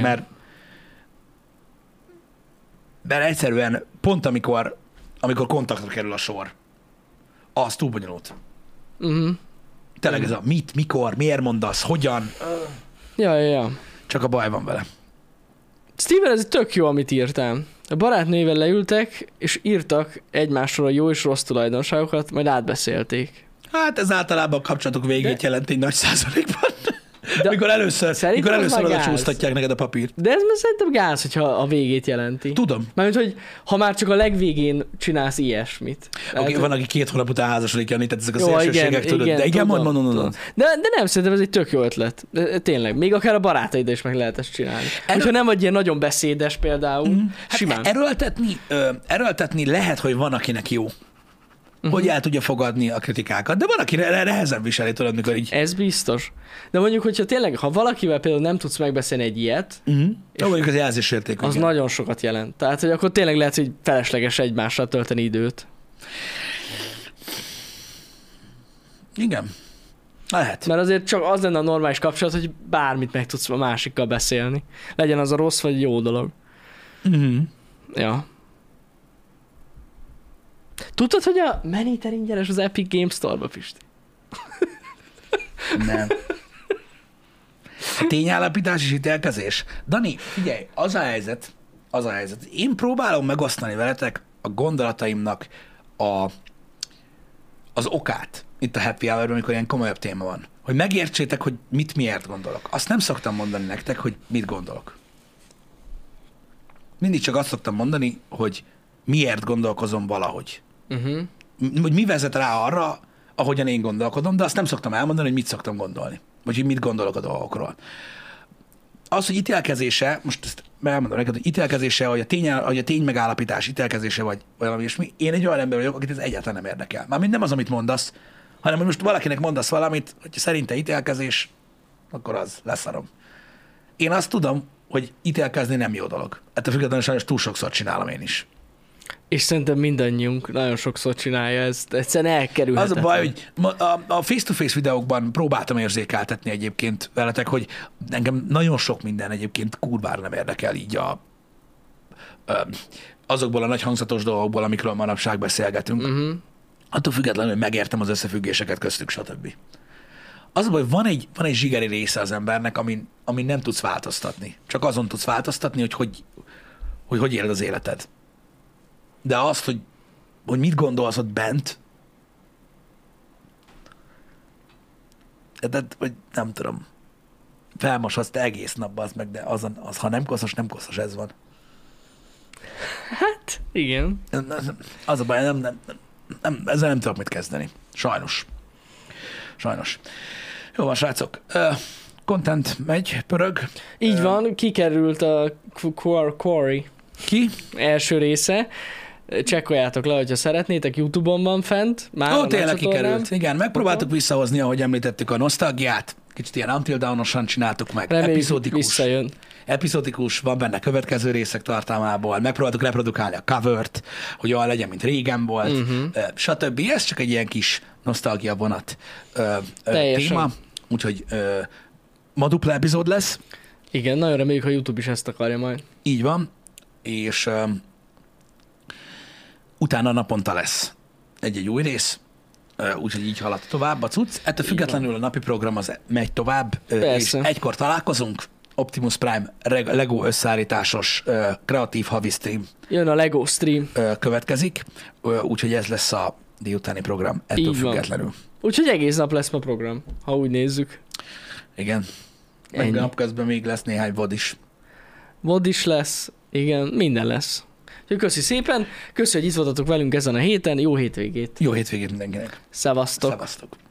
Mert egyszerűen pont amikor kontaktra kerül a sor, az túl bonyolult. Tényleg ez a mit, mikor, miért mondasz, hogyan, Ja. csak a baj van vele. Steven, ez tök jó, amit írtál. A barátnővel leültek, és írtak egymásról a jó és rossz tulajdonságokat, majd átbeszélték. Hát ez általában a kapcsolatok végét jelenti egy nagy százalékban. De Mikor először már oda gáz. csúsztatják neked a papírt. De ez már szerintem gáz, hogyha a végét jelenti. Tudom. Mármint, hogy ha már csak a legvégén csinálsz ilyesmit. Oké, van, aki 2 hónap után házasodik, Jani, tehát ezek a Jó, szélsőségek, tudod. De igen, tudom. mondom. De nem, szerintem ez egy tök jó ötlet. De tényleg, még akár a barátaid is meg lehet ezt csinálni. Hogyha nem vagy ilyen nagyon beszédes például, simán. Erőltetni lehet, hogy van, akinek jó. Hogy el tudja fogadni a kritikákat. De van, aki nehezen viseli, tudod, mikor így... Ez biztos. De mondjuk, hogyha tényleg, ha valakivel például nem tudsz megbeszélni egy ilyet, Jó, mondjuk az jelzésérték. az nagyon sokat jelent. Tehát, hogy akkor tényleg lehet, hogy felesleges egymással tölteni időt. Igen. Lehet. Mert azért csak az lenne a normális kapcsolat, hogy bármit meg tudsz a másikkal beszélni. Legyen az a rossz vagy jó dolog. Uh-huh. Ja. Tudtad, hogy a Maneater ingyenes az Epic Games Store-ba, Pisti? Nem. Tényállapítás és ítélkezés. Dani, figyelj, az a helyzet. Én próbálom megosztani veletek a gondolataimnak az okát itt a Happy Hour-ban, amikor ilyen komolyabb téma van. Hogy megértsétek, hogy miért gondolok. Azt nem szoktam mondani nektek, hogy mit gondolok. Mindig csak azt szoktam mondani, hogy miért gondolkozom valahogy. Uh-huh. Hogy mi vezet rá arra, ahogyan én gondolkodom, de azt nem szoktam elmondani, hogy mit szoktam gondolni. Vagy hogy mit gondolok a dolgokról. Az, hogy ítélkezése, most ezt elmondom neked, hogy ítélkezése, vagy a tény megállapítás ítélkezése, vagy valami ilyesmi, én egy olyan ember vagyok, akit ez egyáltalán nem érdekel. Mármint nem az, amit mondasz, hanem hogy most valakinek mondasz valamit, hogyha szerinte ítélkezés, akkor az leszarom. Én azt tudom, hogy ítélkezni nem jó dolog. Ettől függetlenül sajnos túl sokszor csinálom én is. És szerintem mindannyiunk nagyon sokszor csinálja ezt. Egyszerűen elkerülhetetlen. Az a baj, hogy a face-to-face videókban próbáltam érzékeltetni egyébként veletek, hogy engem nagyon sok minden egyébként kurvára nem érdekel így azokból a nagy hangzatos dolgokból, amikről manapság beszélgetünk. Uh-huh. Attól függetlenül, hogy megértem az összefüggéseket köztük, stb. Az a baj, van egy zsigeri része az embernek, amin nem tudsz változtatni. Csak azon tudsz változtatni, hogy éled az életed. De azt, hogy mit gondolsz ott bent, hogy nem tudom, felmoshatsz te egész nap, az meg, de az, ha nem koszos, nem koszos, ez van. Hát, igen. Az a baj, ezzel nem tudok mit kezdeni. Sajnos. Jó van, srácok. Content megy, pörög. Így van, kikerült a Quarry Ki? első része. Csekkoljátok le, hogyha szeretnétek, YouTube-on van fent. Már Ó, tényleg kikerült. Igen, megpróbáltuk visszahozni, ahogy említettük, a nosztalgiát. Kicsit ilyen Until Dawn-osan csináltuk meg. Reméljük, visszajön. Epizódikus, van benne következő részek tartalmából. Megpróbáltuk reprodukálni a covert, hogy olyan legyen, mint régen volt, stb. Ez csak egy ilyen kis nosztalgia vonat téma. Úgyhogy ma dupla epizód lesz. Igen, nagyon reméljük, hogy YouTube is ezt akarja majd. Így van. És utána naponta lesz egy új rész, úgyhogy így halad tovább a cucc. Ettől függetlenül a napi program az megy tovább, és egykor találkozunk. Optimus Prime Lego összeállításos kreatív havi stream. Jön a Lego stream. Következik, úgyhogy ez lesz a délutáni program ettől így függetlenül. Van. Úgyhogy egész nap lesz ma program, ha úgy nézzük. Igen. Meg napközben még lesz néhány VOD is. VOD is lesz, igen, minden lesz. Úgyhogy köszi szépen, köszi, hogy itt voltatok velünk ezen a héten, jó hétvégét! Jó hétvégét mindenkinek! Szevasztok! Szevasztok!